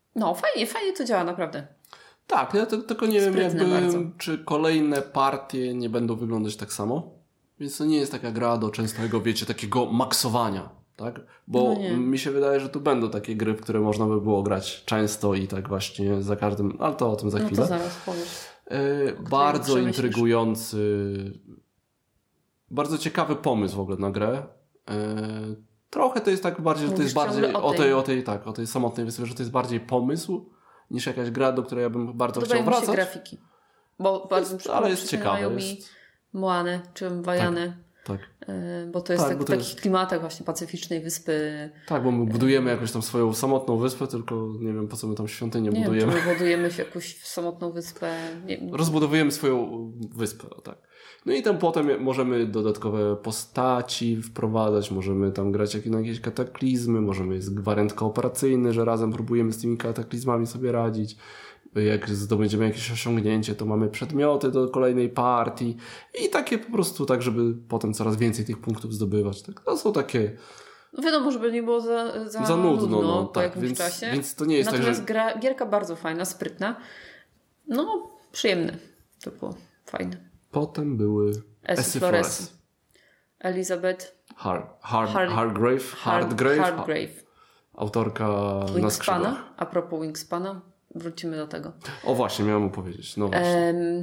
No, fajnie, fajnie to działa, naprawdę. Tak, ja to, tylko nie wiem, jakby, bardzo. czy kolejne partie nie będą wyglądać tak samo. Więc to nie jest taka gra do częstego, wiecie, takiego maksowania, tak? Bo no mi się wydaje, że tu będą takie gry, w które można by było grać często i tak właśnie za każdym, ale to o tym za no chwilę. To zaraz powiesz. Yy, bardzo intrygujący, bardzo ciekawy pomysł w ogóle na grę. Yy, trochę to jest tak bardziej, że to jest bardziej o tej... o tej, o tej, tak, o tej samotnej wyspie, że to jest bardziej pomysł niż jakaś gra, do której ja bym bardzo Podobają chciał wracać. mi się grafiki. Bo bardzo jest, ale jest ciekawe. mi jest... Moanę, czy Wajany. Tak. Yy, bo to jest tak, tak, bo w to takich jest... klimatach właśnie pacyficznej wyspy. Tak, bo my budujemy jakąś tam swoją samotną wyspę, tylko nie wiem po co my tam świątynię nie budujemy. Wiem, czy my budujemy się jakąś samotną wyspę. Nie... Rozbudowujemy swoją wyspę, o tak. No i tam potem możemy dodatkowe postaci wprowadzać, możemy tam grać jak na jakieś kataklizmy, możemy jest wariant kooperacyjny, że razem próbujemy z tymi kataklizmami sobie radzić. Jak zdobędziemy jakieś osiągnięcie, to mamy przedmioty do kolejnej partii i takie po prostu tak, żeby potem coraz więcej tych punktów zdobywać. Tak? To są takie... No wiadomo, żeby nie było za, za, za nudno, nudno no, po tak, jakimś więc, czasie. Więc to nie jest Natomiast tak, że... gra, gierka bardzo fajna, sprytna. No, przyjemne. To było fajne. Potem były Esy Flores. Elizabeth Hard, hard, Hard, Hardgrave, Hardgrave, Hardgrave. Autorka Wingspana. na skrzydłach. A propos Wingspana, wrócimy do tego. O właśnie, miałem mu powiedzieć. No właśnie. Um,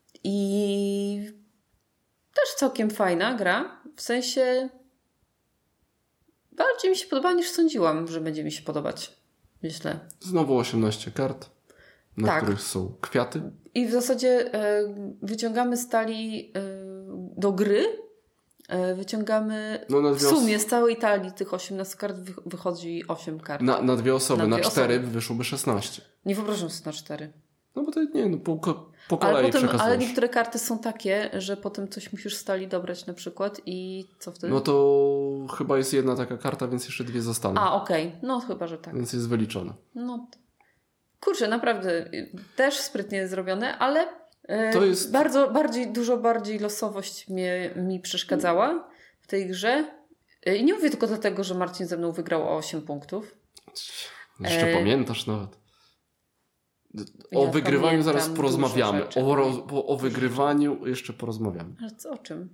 I też całkiem fajna gra. W sensie bardziej mi się podoba niż sądziłam, że będzie mi się podobać. Myślę. Znowu osiemnaście kart, na tak. których są kwiaty. I w zasadzie e, wyciągamy stali e, do gry. E, wyciągamy no w sumie z całej talii tych osiemnaście kart wy, wychodzi osiem kart. Na, na dwie osoby, na, na cztery osoby. wyszłoby szesnaście. Nie wyobrażam sobie na cztery. No bo to nie, no po, po kolei ale, potem, ale przekazujesz. niektóre karty są takie, że potem coś musisz stali dobrać na przykład i co wtedy? No to chyba jest jedna taka karta, więc jeszcze dwie zostaną. A, okej. Okay. No chyba, że tak. Więc jest wyliczone. No kurczę, naprawdę też sprytnie zrobione, ale yy, to jest... bardzo, bardziej, dużo bardziej losowość mnie, mi przeszkadzała w tej grze. Yy, I nie mówię tylko dlatego, że Marcin ze mną wygrał o osiem punktów. Jeszcze e... pamiętasz nawet. O ja wygrywaniu zaraz porozmawiamy. Rzeczy, o, roz, o, o wygrywaniu jeszcze porozmawiamy. Ale co, o czym?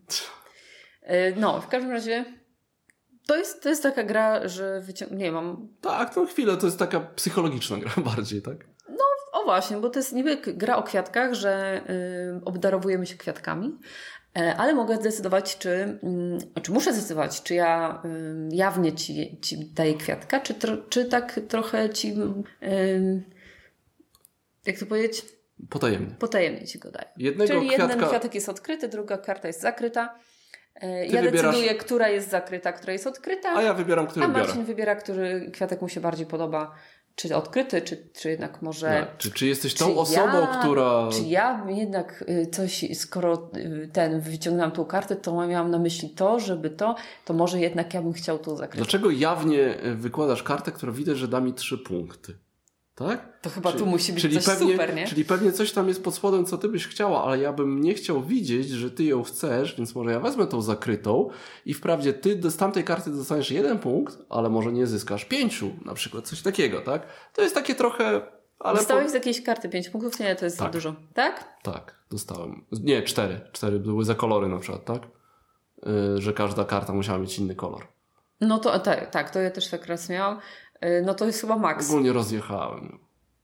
No, w każdym razie to jest, to jest taka gra, że wycią... nie mam... Tak, no chwilę, to jest taka psychologiczna gra bardziej, tak? No, o właśnie, bo to jest niby gra o kwiatkach, że y, obdarowujemy się kwiatkami, y, ale mogę zdecydować, czy, y, czy muszę zdecydować, czy ja y, jawnie ci, ci daję kwiatka, czy, tro, czy tak trochę ci... Y, jak to powiedzieć? Potajemnie. Potajemnie ci go daję. Jednego Czyli kwiatka... jeden kwiatek jest odkryty, druga karta jest zakryta. Ty ja wybierasz... decyduję, która jest zakryta, która jest odkryta. A ja wybieram, który A Marcin biorę. wybiera, który kwiatek mu się bardziej podoba. Czy odkryty, czy, czy jednak może... No, czy, czy jesteś tą czy osobą, ja, która... Czy ja jednak coś, skoro ten wyciągnęłam tą kartę, to miałam na myśli to, żeby to, to może jednak ja bym chciał tu zakryć. Dlaczego jawnie wykładasz kartę, która widać, że da mi trzy punkty? Tak? To chyba czyli, tu musi być czyli coś pewnie, super, nie? Czyli pewnie coś tam jest pod spodem, co ty byś chciała, ale ja bym nie chciał widzieć, że ty ją chcesz, więc może ja wezmę tą zakrytą i wprawdzie ty z tamtej karty dostaniesz jeden punkt, ale może nie zyskasz pięciu, na przykład coś takiego, tak? To jest takie trochę... Ale Dostałeś po... z jakiejś karty pięć punktów? Nie, to jest tak. za dużo. Tak? Tak, dostałem. Nie, cztery. Cztery były za kolory na przykład, tak? Yy, że każda karta musiała mieć inny kolor. No to tak, tak, to ja też tak raz miałam. Yy, no to jest chyba maks. Ogólnie rozjechałem.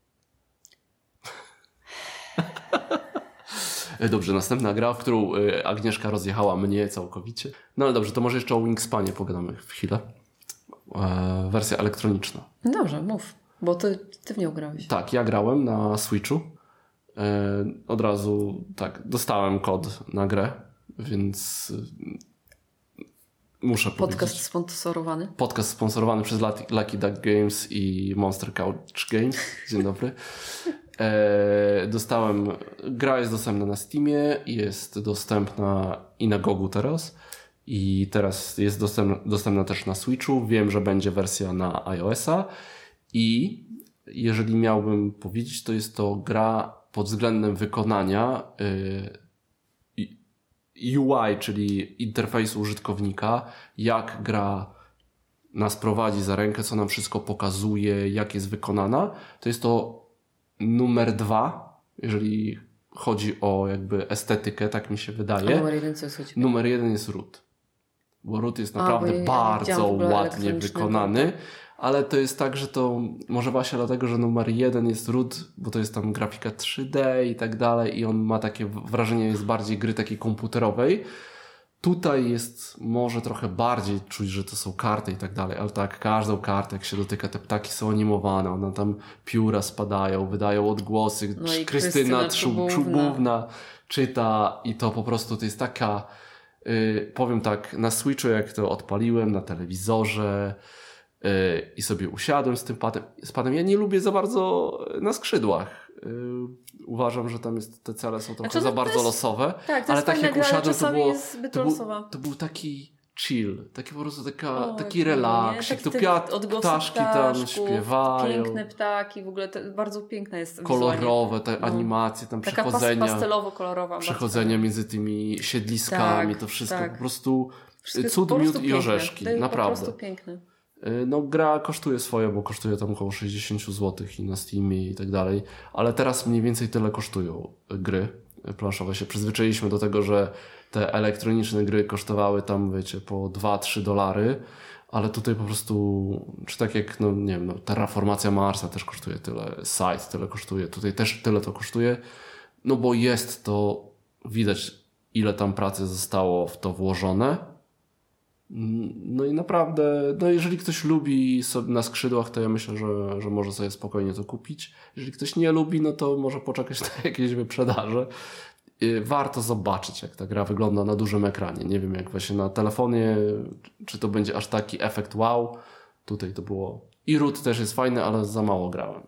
Dobrze, następna gra, w którą Agnieszka rozjechała mnie całkowicie. No ale dobrze, to może jeszcze o Wingspanie pogadamy w chwilę. E, wersja elektroniczna. Dobrze, mów, bo ty, ty w nią grałeś. Tak, ja grałem na Switchu. E, od razu tak, dostałem kod na grę, więc muszę Podcast powiedzieć. sponsorowany. Podcast sponsorowany przez Lucky Duck Games i Monster Couch Games. Dzień dobry. E, dostałem, gra jest dostępna na Steamie, jest dostępna i na Gogu teraz i teraz jest dostępna, dostępna też na Switchu. Wiem, że będzie wersja na iOS-a i jeżeli miałbym powiedzieć, to jest to gra pod względem wykonania y, U I, czyli interfejsu użytkownika, jak gra nas prowadzi za rękę, co nam wszystko pokazuje, jak jest wykonana, to jest to numer dwa, jeżeli chodzi o jakby estetykę, tak mi się wydaje. A numer jeden co jest chodzi? Numer jeden jest Root. Bo Root jest naprawdę A, ja bardzo ładnie wykonany, ale to jest tak, że to może właśnie dlatego, że numer jeden jest Root, bo to jest tam grafika trzy D i tak dalej i on ma takie wrażenie, jest bardziej gry takiej komputerowej. Tutaj jest może trochę bardziej czuć, że to są karty i tak dalej, ale tak, każdą kartę, jak się dotyka, te ptaki są animowane, one tam pióra spadają, wydają odgłosy, no Krystyna, Krystyna Czubówna. Czubówna czyta i to po prostu to jest taka, yy, powiem tak, na Switchu jak to odpaliłem, na telewizorze yy, i sobie usiadłem z tym padem, z padem, ja nie lubię za bardzo na skrzydłach. Yy, uważam, że tam jest, te cele są trochę znaczy, za bardzo jest, losowe, tak, to ale jest tak jak gra, usiadłem, to było, jest zbyt to, był, losowa. to był taki chill, taki po prostu taka, o, taki relaksik, to piat, ptaszki tam śpiewają, piękne ptaki, w ogóle te, bardzo piękna jest kolorowe wizualnie. te animacje, tam taka przechodzenia, pas, pastelowo-kolorowa, przechodzenia między tymi siedliskami, tak, to wszystko tak. po prostu wszystko cud, po miód prostu i orzeszki, piękne. naprawdę. Po prostu piękne. No gra kosztuje swoje, bo kosztuje tam około sześćdziesiąt złotych i na Steamie i tak dalej, ale teraz mniej więcej tyle kosztują gry planszowe. Się przyzwyczailiśmy do tego, że te elektroniczne gry kosztowały tam, wiecie, po dwa trzy dolary, ale tutaj po prostu, czy tak jak, no nie wiem, no, Terraformacja Marsa też kosztuje tyle, Scythe tyle kosztuje, tutaj też tyle to kosztuje, no bo jest to, widać ile tam pracy zostało w to włożone. No i naprawdę, no jeżeli ktoś lubi sobie na skrzydłach, to ja myślę, że, że może sobie spokojnie to kupić. Jeżeli ktoś nie lubi, no to może poczekać na jakieś wyprzedaże. Warto zobaczyć, jak ta gra wygląda na dużym ekranie. Nie wiem, jak właśnie na telefonie, czy to będzie aż taki efekt wow. Tutaj to było... I Root też jest fajny, ale za mało grałem.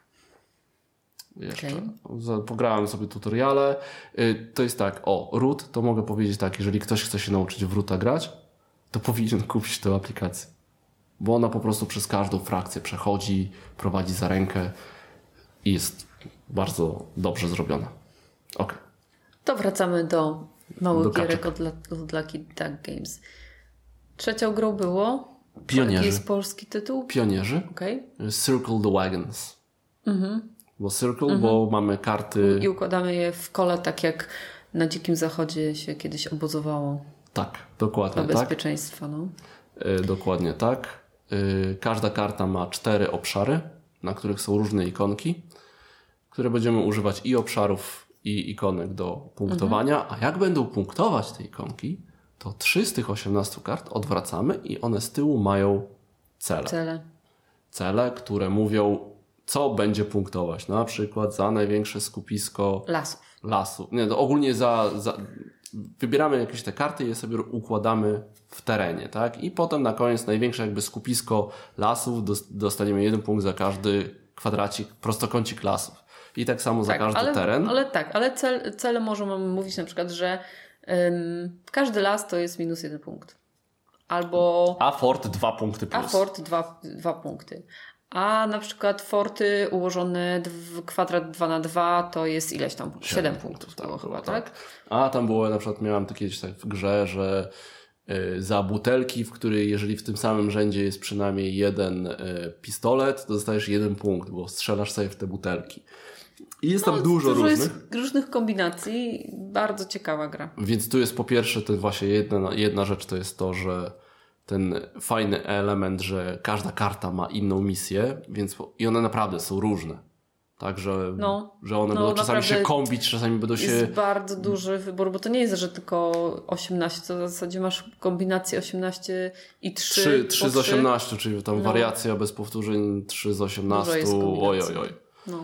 Jeszcze. Okay. Pograłem sobie tutoriale. To jest tak, o, Root, to mogę powiedzieć tak, jeżeli ktoś chce się nauczyć w Roota grać, to powinien kupić tę aplikację. Bo ona po prostu przez każdą frakcję przechodzi, prowadzi za rękę i jest bardzo dobrze zrobiona. Ok. To wracamy do małych do gierek od, od Lucky Duck Games. Trzecią grą było? Pionierzy. Jaki jest polski tytuł? Pionierzy. Okay. Circle the Wagons. Mhm. Bo Circle, mhm. bo mamy karty... I układamy je w kole, tak jak na Dzikim Zachodzie się kiedyś obozowało. Tak, dokładnie dla bezpieczeństwa, tak. no. Yy, dokładnie tak. Yy, każda karta ma cztery obszary, na których są różne ikonki, które będziemy używać i obszarów, i ikonek do punktowania. Mhm. A jak będą punktować te ikonki, to trzy z tych osiemnastu kart odwracamy i one z tyłu mają cele. Cele. Cele, które mówią, co będzie punktować. Na przykład za największe skupisko lasów. Lasów. Nie, to ogólnie za... za wybieramy jakieś te karty i je sobie układamy w terenie, tak? I potem na koniec największe jakby skupisko lasów dostaniemy jeden punkt za każdy kwadracik, prostokącik lasów. I tak samo tak, za każdy ale, teren. Ale tak, ale cel, cele możemy mówić na przykład, że ym, każdy las to jest minus jeden punkt. Albo... A fort dwa punkty plus. A fort dwa, dwa punkty. A na przykład forty ułożone w kwadrat dwa na dwa to jest ileś tam? siedem punktów tak, było chyba, tak? tak? A tam było na przykład, miałam takie tak w grze, że y, za butelki, w której jeżeli w tym samym rzędzie jest przynajmniej jeden y, pistolet, to dostajesz jeden punkt, bo strzelasz sobie w te butelki. I jest no, tam dużo, dużo różnych. Jest różnych kombinacji. Bardzo ciekawa gra. Więc tu jest po pierwsze, to właśnie jedna, jedna rzecz to jest to, że ten fajny element, że każda karta ma inną misję, więc i one naprawdę są różne. Także, no, że one no, będą czasami się kombić, czasami będą się... Jest bardzo duży wybór, bo to nie jest, że tylko osiemnaście, to w zasadzie masz kombinację osiemnaście i trzy. trzy z osiemnastu, czyli tam no. wariacja bez powtórzeń trzy z osiemnastu. Oj, oj, oj. No.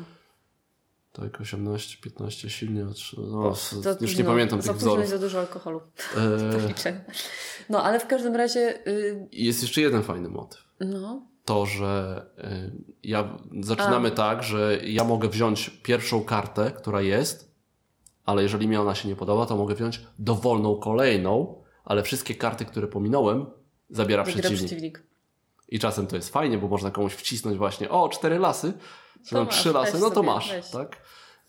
Tak, osiemnaście, piętnaście, silnie. No, to, już nie no, pamiętam tych wzorów. Jest za dużo alkoholu. E... no, ale w każdym razie... Y... Jest jeszcze jeden fajny motyw. No. To, że y, ja zaczynamy A. tak, że ja mogę wziąć pierwszą kartę, która jest, ale jeżeli mi ona się nie podoba, to mogę wziąć dowolną kolejną, ale wszystkie karty, które pominąłem, zabiera, zabiera przeciwnik. przeciwnik. I czasem to jest fajnie, bo można komuś wcisnąć właśnie, o, cztery lasy, czy mam trzy lasy, no to sobie, masz, weź. tak?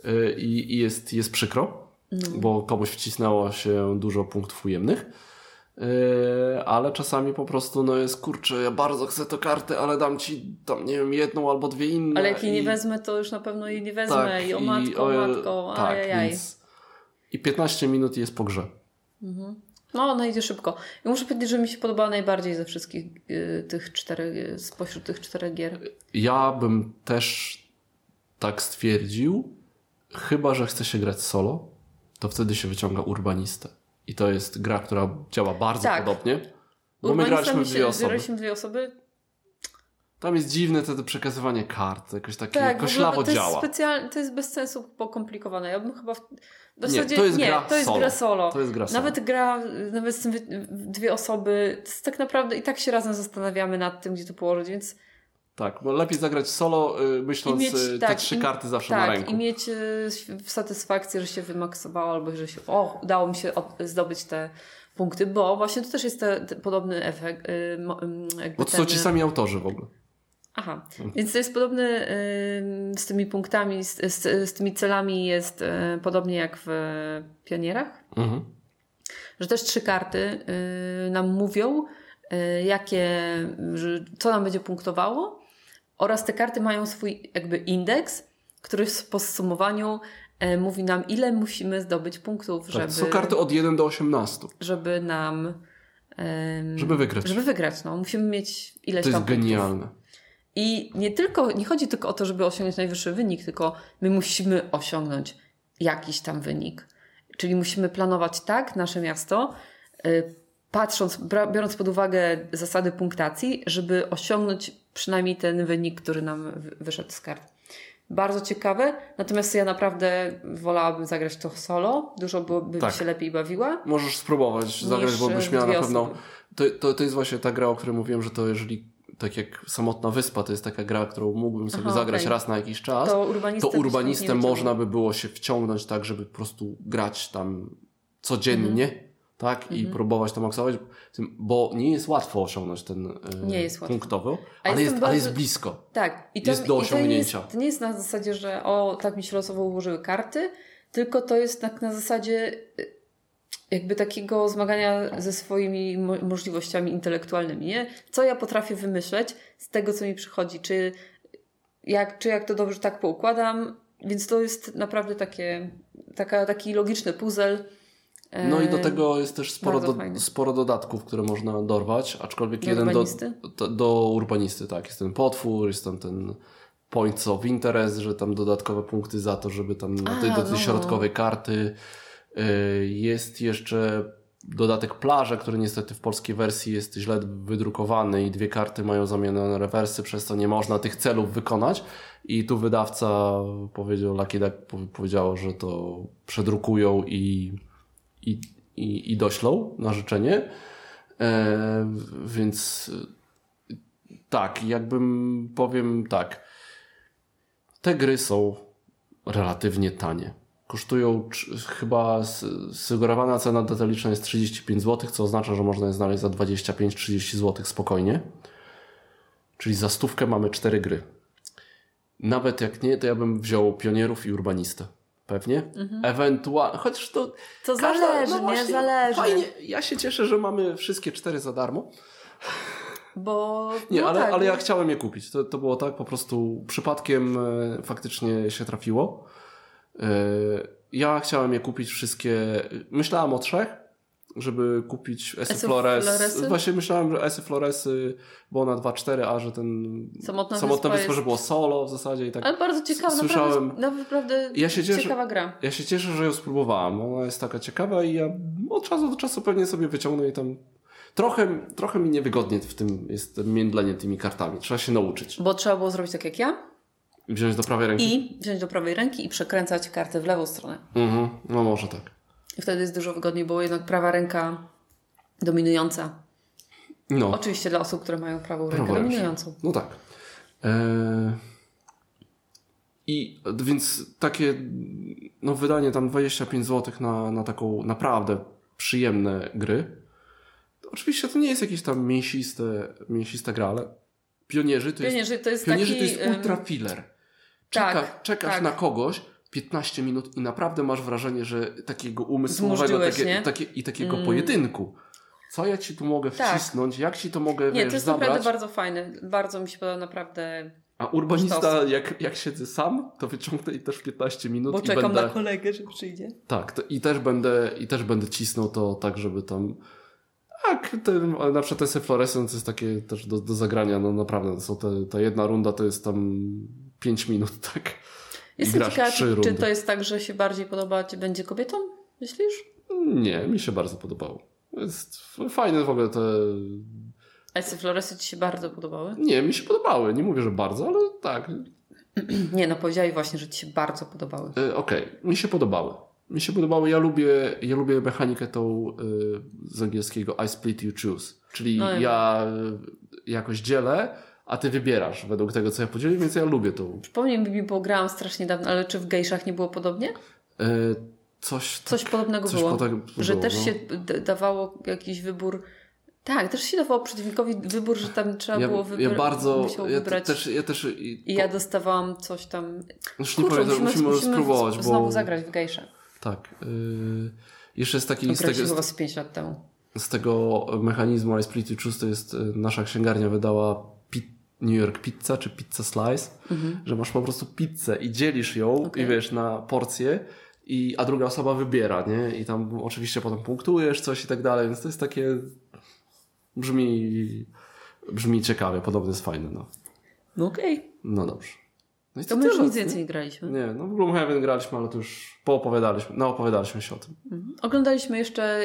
I, i jest, jest przykro, no. bo komuś wcisnęło się dużo punktów ujemnych. Yy, ale czasami po prostu no jest, kurczę, ja bardzo chcę tę kartę, ale dam ci tam, nie wiem, jedną albo dwie inne. Ale jak jej i... nie wezmę, to już na pewno jej nie wezmę tak, i o i matko, o, o matko, tak, ajajaj. więc... I piętnaście minut jest po grze. Mhm. No, ona idzie szybko. I muszę powiedzieć, że mi się podobała najbardziej ze wszystkich y, tych czterech, y, spośród tych czterech gier. Ja bym też tak stwierdził, chyba że chce się grać solo, to wtedy się wyciąga Urbanistę. I to jest gra, która działa bardzo tak. podobnie. Bo Urbanista my graliśmy w się, dwie osoby. Graliśmy dwie osoby. Tam jest dziwne to, to przekazywanie kart, jakoś takie Tak, koślawo to działa. Jest specjal, to jest bez sensu pokomplikowane. Ja bym chyba... W, w zasadzie, nie, to jest nie, gra to jest solo. gra solo. To jest gra solo. Nawet gra, nawet z tym dwie osoby, to jest tak naprawdę i tak się razem zastanawiamy nad tym, gdzie to położyć, więc... Tak, bo lepiej zagrać solo, yy, myśląc mieć, yy, te tak, trzy i, karty zawsze tak, na ręku. i mieć yy, satysfakcję, że się wymaksowało, albo że się, o, udało mi się od, zdobyć te punkty, bo właśnie to też jest te, te podobny efekt. Yy, jakby bo to ten, są ci sami autorzy w ogóle. Aha, więc to jest podobny yy, z tymi punktami, z, z, z tymi celami jest yy, podobnie jak w Pionierach, Mhm. że też trzy karty yy, nam mówią, yy, jakie, że, co nam będzie punktowało oraz te karty mają swój jakby indeks, który w podsumowaniu yy, mówi nam, ile musimy zdobyć punktów, tak, żeby... To są karty od jeden do osiemnastu. Żeby nam... Yy, żeby wygrać. Żeby wygrać, no. Musimy mieć ileś to tam punktów. To jest genialne. I nie tylko, nie chodzi tylko o to, żeby osiągnąć najwyższy wynik, tylko my musimy osiągnąć jakiś tam wynik. Czyli musimy planować tak nasze miasto, yy, patrząc, bra- biorąc pod uwagę zasady punktacji, żeby osiągnąć przynajmniej ten wynik, który nam w- wyszedł z kart. Bardzo ciekawe, natomiast ja naprawdę wolałabym zagrać to solo, dużo byłoby tak. się lepiej bawiła. Możesz spróbować zagrać, bo byś miała na pewno... To, to, to jest właśnie ta gra, o której mówiłem, że to jeżeli tak jak Samotna Wyspa, to jest taka gra, którą mógłbym sobie Aha, zagrać okay. raz na jakiś czas, to urbanistę, to urbanistę można by było się wciągnąć tak, żeby po prostu grać tam codziennie, mm-hmm. tak? I mm-hmm. próbować to maksować, bo nie jest łatwo osiągnąć ten nie jest punktowy, łatwo. ale, jest, bardzo... ale jest blisko. Tak. I to, jest do osiągnięcia. I to, nie jest, to nie jest na zasadzie, że o, tak mi się losowo ułożyły karty, tylko to jest tak na zasadzie jakby takiego zmagania ze swoimi mo- możliwościami intelektualnymi, nie? Co ja potrafię wymyśleć z tego, co mi przychodzi, czy jak, czy jak to dobrze tak poukładam, więc to jest naprawdę takie, taka, taki logiczny puzzle. No i do tego jest też sporo, do, sporo dodatków, które można dorwać, aczkolwiek do jeden urbanisty? Do, do urbanisty, tak. Jest ten potwór, jest tam ten points of interest, że tam dodatkowe punkty za to, żeby tam A, do tej, do tej no. środkowej karty. Jest jeszcze dodatek plaże, który niestety w polskiej wersji jest źle wydrukowany i dwie karty mają zamienione rewersy, przez co nie można tych celów wykonać. I tu wydawca powiedział, Lucky Duck powiedziało, że to przedrukują i, i, i, i doślą na życzenie. E, więc tak, jakbym powiem tak. Te gry są relatywnie tanie. Kosztują chyba sugerowana cena detaliczna jest trzydzieści pięć złotych, co oznacza, że można je znaleźć za dwadzieścia pięć trzydzieści złotych spokojnie. Czyli za stówkę mamy cztery gry. Nawet jak nie, to ja bym wziął Pionierów i Urbanistę. Pewnie. Mhm. Ewentualnie, chociaż to... To każda, zależy, no właśnie, nie? Zależy. Fajnie. Ja się cieszę, że mamy wszystkie cztery za darmo. Bo... Nie, no ale, tak, ale ja chciałem je kupić. To, to było tak, po prostu przypadkiem e, faktycznie się trafiło. Ja chciałem je kupić wszystkie. Myślałem o trzech, żeby kupić Esy Flores. Floresy? Właśnie myślałem, że Esy Floresy, bo na dwa cztery, a że ten Samotna, Samotna Wyspa, jest... że było solo w zasadzie i tak. Ale bardzo ciekawa, słyszałem... naprawdę, naprawdę ja się cieszę, ciekawa gra. Ja się cieszę, że ją spróbowałem. Ona jest taka ciekawa i ja od czasu do czasu pewnie sobie wyciągnę i tam trochę, trochę mi niewygodnie w tym jest międlenie tymi kartami. Trzeba się nauczyć. Bo trzeba było zrobić tak jak ja. I wziąć do prawej ręki? I wziąć do prawej ręki i przekręcać kartę w lewą stronę. Mhm, no może tak. I wtedy jest dużo wygodniej, bo jednak prawa ręka dominująca. No. Oczywiście dla osób, które mają prawą rękę Prawo dominującą. No tak. Eee... I więc takie no wydanie tam dwadzieścia pięć złotych na, na taką naprawdę przyjemne gry. Oczywiście to nie jest jakieś tam mięsiste, mięsista gra, ale Pionierzy to Pionierzy jest, to jest, Pionierzy taki, to jest ultra filler. Czeka, tak, czekasz tak. na kogoś piętnaście minut i naprawdę masz wrażenie, że takiego umysłowego takie, takie, i takiego mm. pojedynku Co ja ci tu mogę tak. wcisnąć? Jak ci to mogę, Nie, wiesz, to jest zabrać? naprawdę bardzo fajne. Bardzo mi się podoba, naprawdę. A urbanista, jak, jak siedzę sam, to wyciągnę i też w piętnaście minut. Bo i czekam będę... na kolegę, że przyjdzie. Tak, to, i, też będę, i też będę cisnął to tak, żeby tam... Tak, ten, na przykład ten Fluorescence jest takie też do, do zagrania, no naprawdę, są te, ta jedna runda to jest tam pięć minut, tak? Jestem ciekawa, czy, czy to jest tak, że się bardziej podobać będzie kobietom, myślisz? Nie, mi się bardzo podobało. Jest fajne w ogóle te... A te Floresy ci się bardzo podobały? Nie, mi się podobały. Nie mówię, że bardzo, ale tak. Nie, no powiedziałeś właśnie, że ci się bardzo podobały. E, Okej, okay. Mi się podobały. Mi się podobały. Ja lubię, ja lubię mechanikę tą y, z angielskiego I split, you choose. Czyli no, ja y, jakoś dzielę, a ty wybierasz według tego, co ja podzielę, więc ja lubię tą. Przypomnij mi, bo grałam strasznie dawno, ale czy w gejszach nie było podobnie? E, coś, coś tak, podobnego coś było. Tak, że było, też no. się d- dawało jakiś wybór. Tak, też się dawało przeciwnikowi wybór, że tam trzeba ja, było wybrać. Ja bardzo, musiał ja wybrać. też, ja też i, I ja dostawałam coś tam. Już nie Kurczę, pamiętam, musimy, musimy spróbować. W, znowu bo... zagrać w gejsze. Tak. Yy, jeszcze jest taki... Z tego, chyba z pięć lat temu. Z tego mechanizmu I split, you choose to jest nasza księgarnia wydała Pit, New York Pizza czy Pizza Slice, mhm. że masz po prostu pizzę i dzielisz ją okay. i wiesz na porcje, i, a druga osoba wybiera, nie? I tam oczywiście potem punktujesz coś i tak dalej, więc to jest takie... Brzmi, brzmi ciekawie, podobno jest fajne. No, no okej. Okay. No dobrze. No to my już nic więcej nie graliśmy. Nie, no w Gloomhaven graliśmy, ale to już poopowiadaliśmy, no opowiadaliśmy się o tym. Mhm. Oglądaliśmy jeszcze,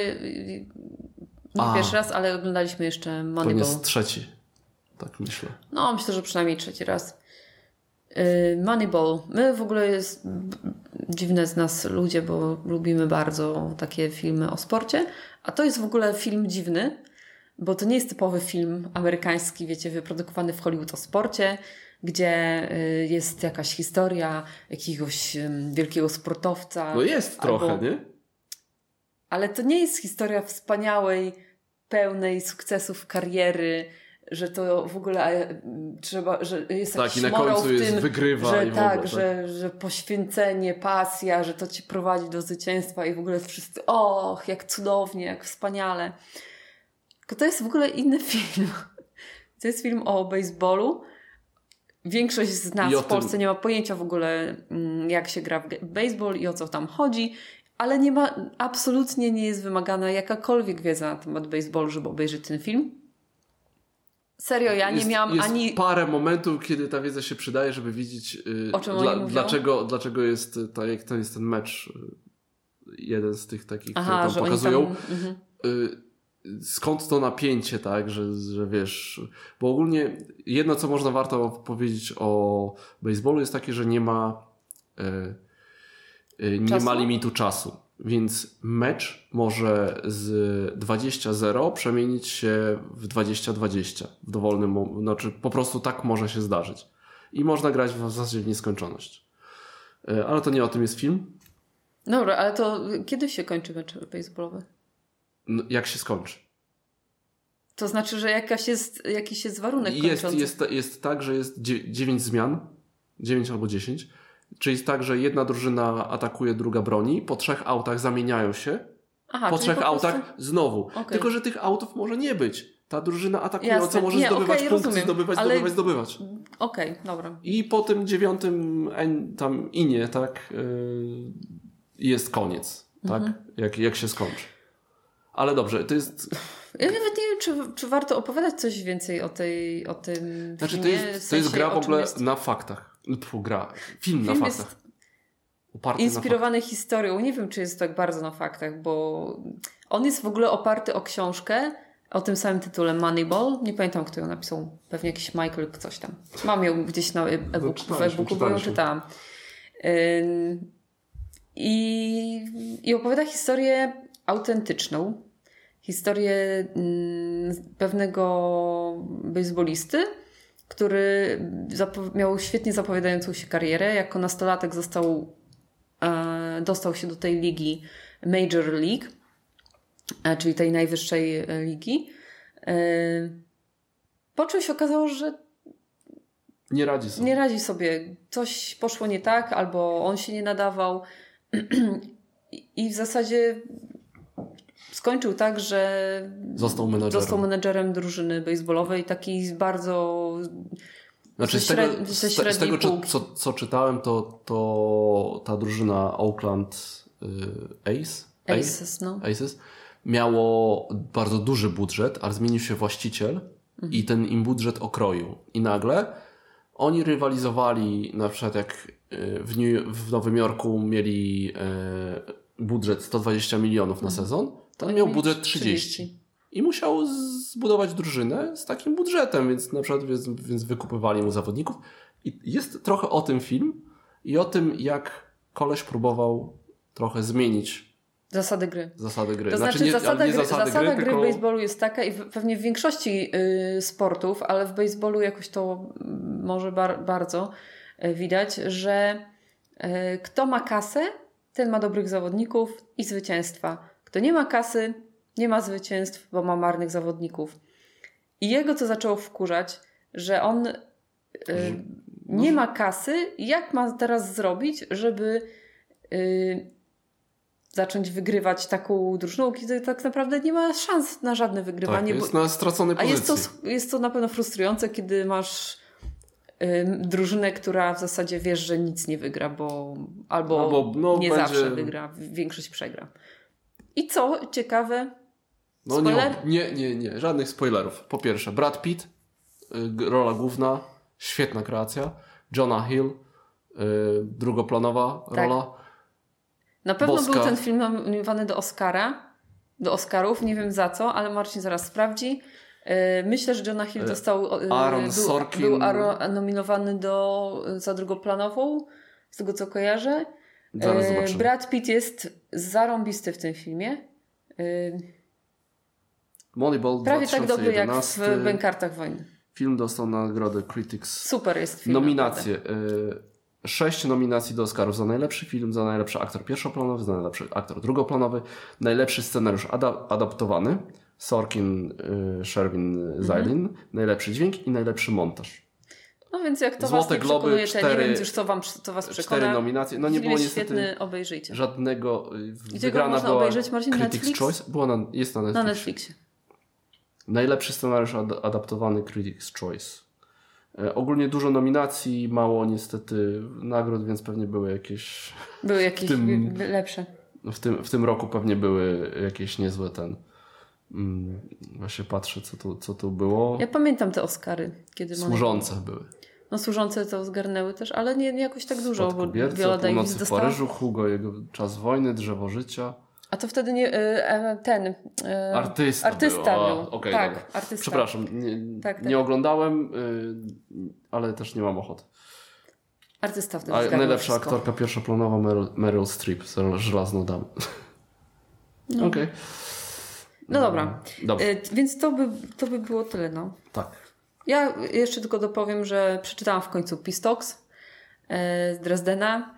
nie A, pierwszy raz, ale oglądaliśmy jeszcze Moneyball. To jest trzeci, tak myślę. No, myślę, że przynajmniej trzeci raz. Moneyball. My w ogóle jest dziwne z nas ludzie, bo lubimy bardzo takie filmy o sporcie, a to jest w ogóle film dziwny, bo to nie jest typowy film amerykański, wiecie, wyprodukowany w Hollywood o sporcie, gdzie jest jakaś historia jakiegoś wielkiego sportowca. No jest albo... trochę, nie? Ale to nie jest historia wspaniałej, pełnej sukcesów kariery, że to w ogóle trzeba, że jest tak, jakiś i na końcu w jest tym, wygrywa że i w tak, ogóle, że, tak, że poświęcenie, pasja, że to ci prowadzi do zwycięstwa i w ogóle wszyscy, och, jak cudownie, jak wspaniale. Tylko to jest w ogóle inny film. To jest film o baseballu. Większość z nas w Polsce tym... nie ma pojęcia w ogóle, jak się gra w baseball i o co tam chodzi, ale nie ma, absolutnie nie jest wymagana jakakolwiek wiedza na temat baseballu, żeby obejrzeć ten film. Serio, ja nie jest, miałam jest ani... parę momentów, kiedy ta wiedza się przydaje, żeby widzieć yy, o czym dla, oni mówią? dlaczego, dlaczego jest, ta, jak to jest ten mecz, yy, jeden z tych takich, Aha, które tam pokazują. Tam, mhm. yy, skąd to napięcie, tak, że, że wiesz, bo ogólnie jedno, co można warto powiedzieć o baseballu jest takie, że nie ma yy, yy, nie ma limitu czasu. Więc mecz może z dwadzieścia zero przemienić się w dwadzieścia dwadzieścia w dowolnym momencie. Znaczy po prostu tak może się zdarzyć. I można grać w zasadzie w nieskończoność. Ale to nie o tym jest film. Dobra, ale to kiedy się kończy mecz baseballowy? No, jak się skończy. To znaczy, że jakaś jest, jakiś jest warunek jest, kończący. Jest, jest tak, że jest dziewięć zmian. dziewięć albo dziesięć. Czyli jest tak, że jedna drużyna atakuje, druga broni. Po trzech autach zamieniają się. Aha, po trzech po autach prostu... znowu. Okay. Tylko, że tych autów może nie być. Ta drużyna atakująca Jasne. może nie, zdobywać okay, punkty, rozumiem. zdobywać, Ale... zdobywać, zdobywać. Okej, okay, dobra. I po tym dziewiątym tam inie, tak, yy, jest koniec. Tak? Mhm. Jak, jak się skończy. Ale dobrze, to jest... Ja nawet nie wiem, czy, czy warto opowiadać coś więcej o, tej, o tym znaczy, filmie. To jest, w sensie, to jest gra w ogóle jest... na faktach. Pfu, gra. Film, Film na faktach. Oparty inspirowany na historią. Nie wiem, czy jest tak bardzo na faktach, bo on jest w ogóle oparty o książkę o tym samym tytule Moneyball. Nie pamiętam, kto ją napisał. Pewnie jakiś Michael coś tam. Mam ją gdzieś na e-book, no, w e-booku, bo ją czytałam. Ym, i, I opowiada historię autentyczną. Historię ym, pewnego baseballisty, który zapo- miał świetnie zapowiadającą się karierę. Jako nastolatek został, e, dostał się do tej ligi Major League, e, czyli tej najwyższej e, ligi. E, po czym się okazało, że nie radzi sobie. Nie radzi sobie. Coś poszło nie tak, albo on się nie nadawał. I w zasadzie skończył tak, że został menedżerem, został menedżerem drużyny baseballowej, takiej bardzo... Znaczy z tego, z, z tego co, co czytałem, to, to ta drużyna Oakland y, Ace, Aces, no. Aces miało bardzo duży budżet, ale zmienił się właściciel mhm. i ten im budżet okroił. I nagle oni rywalizowali, na przykład jak w, New, w Nowym Jorku mieli e, budżet sto dwadzieścia milionów na mhm. sezon, to on miał budżet trzydzieści. I musiał zbudować drużynę z takim budżetem, więc na przykład więc, więc wykupywali mu zawodników. I jest trochę o tym film i o tym, jak koleś próbował trochę zmienić zasady gry. Zasady gry. To znaczy, znaczy nie, zasada, nie gry, zasady zasada gry, gry tylko... w baseballu jest taka i w, pewnie w większości y, sportów, ale w baseballu jakoś to y, może bar, bardzo y, widać, że y, kto ma kasę, ten ma dobrych zawodników i zwycięstwa. Kto nie ma kasy, nie ma zwycięstw, bo ma marnych zawodników. I jego to zaczęło wkurzać, że on y, nie ma kasy i jak ma teraz zrobić, żeby y, zacząć wygrywać taką drużyną, kiedy tak naprawdę nie ma szans na żadne wygrywanie. Tak, jest bo, na straconej pozycji. A jest to, jest to na pewno frustrujące, kiedy masz y, drużynę, która w zasadzie wiesz, że nic nie wygra, bo albo no bo, no, nie będzie... zawsze wygra, większość przegra. I co ciekawe, no spoiler? Nie, nie, nie, żadnych spoilerów. Po pierwsze, Brad Pitt, y, rola główna, świetna kreacja. Jonah Hill, y, drugoplanowa tak. rola. Na pewno Boska. Był ten film nominowany do Oscara, do Oscarów, nie wiem za co, ale Marcin zaraz sprawdzi. Yy, myślę, że Jonah Hill dostał, yy, Aaron był, Sorkin. był Aro, nominowany do, za drugoplanową, z tego co kojarzę. Yy, Brad Pitt jest zarąbisty w tym filmie. Yy, Moneyball prawie dwa tysiące jedenaście. tak dobry jak w Bękartach Wojny. Film dostał nagrodę Critics. Super jest film. Nominacje. Yy, sześć nominacji do Oscarów za najlepszy film, za najlepszy aktor pierwszoplanowy, za najlepszy aktor drugoplanowy, najlepszy scenariusz ada- adaptowany, Sorkin, yy, Sherwin, Zailin, mm-hmm. najlepszy dźwięk i najlepszy montaż. No więc jak to Złote was nie Globy, przekonuje, cztery, to nie wiem już co, wam, co was przekona. Cztery nominacje. No nie film było jest niestety świetny, obejrzyjcie. żadnego. Gdzie go można była obejrzeć, Marcin? Critics' Netflix? Choice. Była na, jest na Netflixie. Na Netflixie. Najlepszy scenariusz ad- adaptowany Critics' Choice. E, ogólnie dużo nominacji, mało niestety nagród, więc pewnie były jakieś... Były jakieś tym, lepsze. W tym, w tym roku pewnie były jakieś niezłe ten... Mm, właśnie patrzę, co tu, co tu było. Ja pamiętam te Oscary. Kiedy Służące one... były. No służące to zgarnęły też, ale nie, nie jakoś tak dużo, bo Viola Davis dostała. W Paryżu, Hugo, jego Czas wojny, Drzewo życia. A to wtedy nie, ten... Artysta, artysta był. był. Okay, tak, dobra. artysta. Przepraszam, nie, tak, tak. nie oglądałem, ale też nie mam ochoty. Artysta wtedy A najlepsza wszystko. aktorka pierwszoplanowa Meryl, Meryl Streep, Żelazną damę. No. Okej. Okay. No dobra. dobra. Więc to by, to by było tyle, no. Tak. Ja jeszcze tylko dopowiem, że przeczytałam w końcu Pistoks z Dresdena,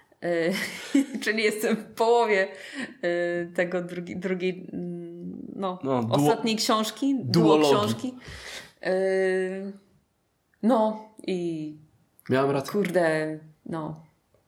czyli jestem w połowie tego drugi, drugiej, no, no duo, ostatniej książki, duo książki. No i miałam rację. Kurde, no.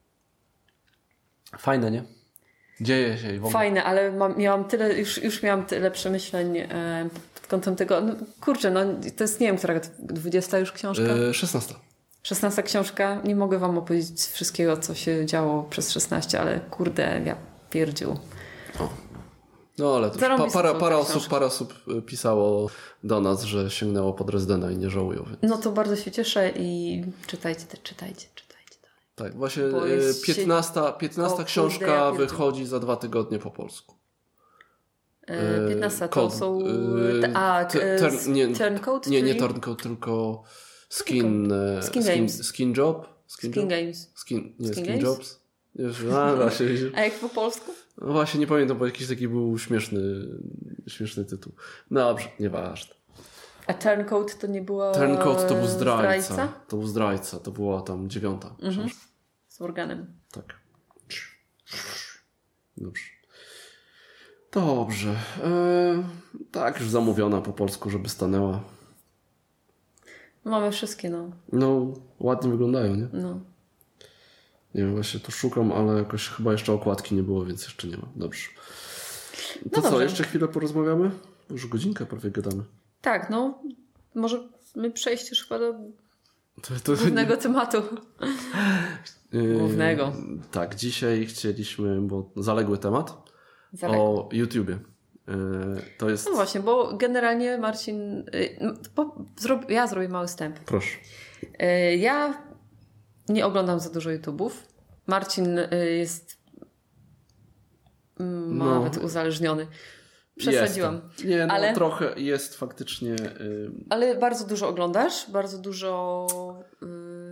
Fajne, nie? Dzieje się i w ogóle. Fajne, ale mam, miałam tyle, już, już miałam tyle przemyśleń e, pod kątem tego. No, kurczę, no to jest, nie wiem, która dwudziesta już książka? Yy, szesnasta. szesnasta książka. Nie mogę wam opowiedzieć wszystkiego, co się działo przez szesnaście, ale kurde, ja pierdził. O. No ale to pa, para, para, osób, para osób pisało do nas, że sięgnęło po Dresdena i nie żałują. Więc... No to bardzo się cieszę i czytajcie, te, czytajcie, czytajcie. Tak, właśnie piętnasta, piętnasta książka wychodzi za dwa tygodnie po polsku. piętnasta to są... A, Turncoat? Nie, nie Turncoat, tylko Skin... Skin Games. Skin Job? Skin, skin Games. Skin, nie, Skin, skin Jobs? Już, a, właśnie. A jak po polsku? No właśnie, nie pamiętam, bo jakiś taki był śmieszny, śmieszny tytuł. No dobrze, nieważne. A Turncoat to nie była Turncoat to był zdrajca. zdrajca? To był zdrajca. To była tam dziewiąta. Mhm. Z Morganem. Tak. Dobrze. Dobrze. Eee, tak, już zamówiona po polsku, żeby stanęła. Mamy wszystkie, no. No, ładnie wyglądają, nie? No. Nie wiem, właśnie to szukam, ale jakoś chyba jeszcze okładki nie było, więc jeszcze nie ma. Dobrze. To no co, dobrze. Jeszcze chwilę porozmawiamy? Już godzinkę prawie gadamy. Tak, no możemy przejść już chyba do to, to głównego nie... tematu. Głównego. Yy, tak, dzisiaj chcieliśmy, bo zaległy temat zaległy. O YouTubie. Yy, to jest... No właśnie, bo generalnie Marcin, yy, bo zrob... ja zrobię mały wstęp. Proszę. Yy, ja nie oglądam za dużo YouTube'ów. Marcin yy, jest ma no. nawet uzależniony. Przesadziłam. Nie, no ale, trochę jest faktycznie... Yy... Ale bardzo dużo oglądasz? Bardzo dużo... Yy...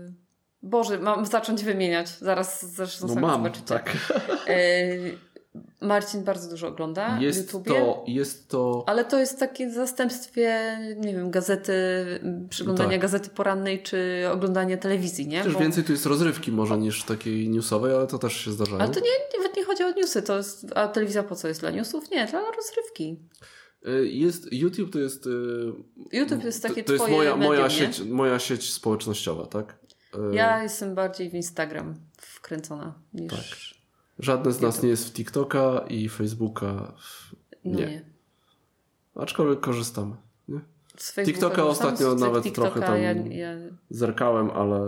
Boże, mam zacząć wymieniać. Zaraz zresztą no sami mam, zobaczycie. Tak. Yy... Marcin bardzo dużo ogląda jest YouTubie. To, jest to... Ale to jest takie w zastępstwie, nie wiem, gazety, przeglądania tak. gazety porannej, czy oglądania telewizji, nie? Też Bo... więcej tu jest rozrywki może niż takiej newsowej, ale to też się zdarza. Ale to nie, nawet nie chodzi o newsy. To jest, a telewizja po co jest? Dla newsów? Nie, dla rozrywki. Jest, YouTube to jest... YouTube jest takie to, to twoje jest moja, medium, moja, sieć, moja sieć społecznościowa, tak? Ja jestem bardziej w Instagram wkręcona niż... Tak. Żadne z nas nie jest w TikToka i Facebooka. No nie. nie. Aczkolwiek korzystamy. Nie? Z TikToka ostatnio z nawet TikToka trochę tam ja, ja... zerkałem, ale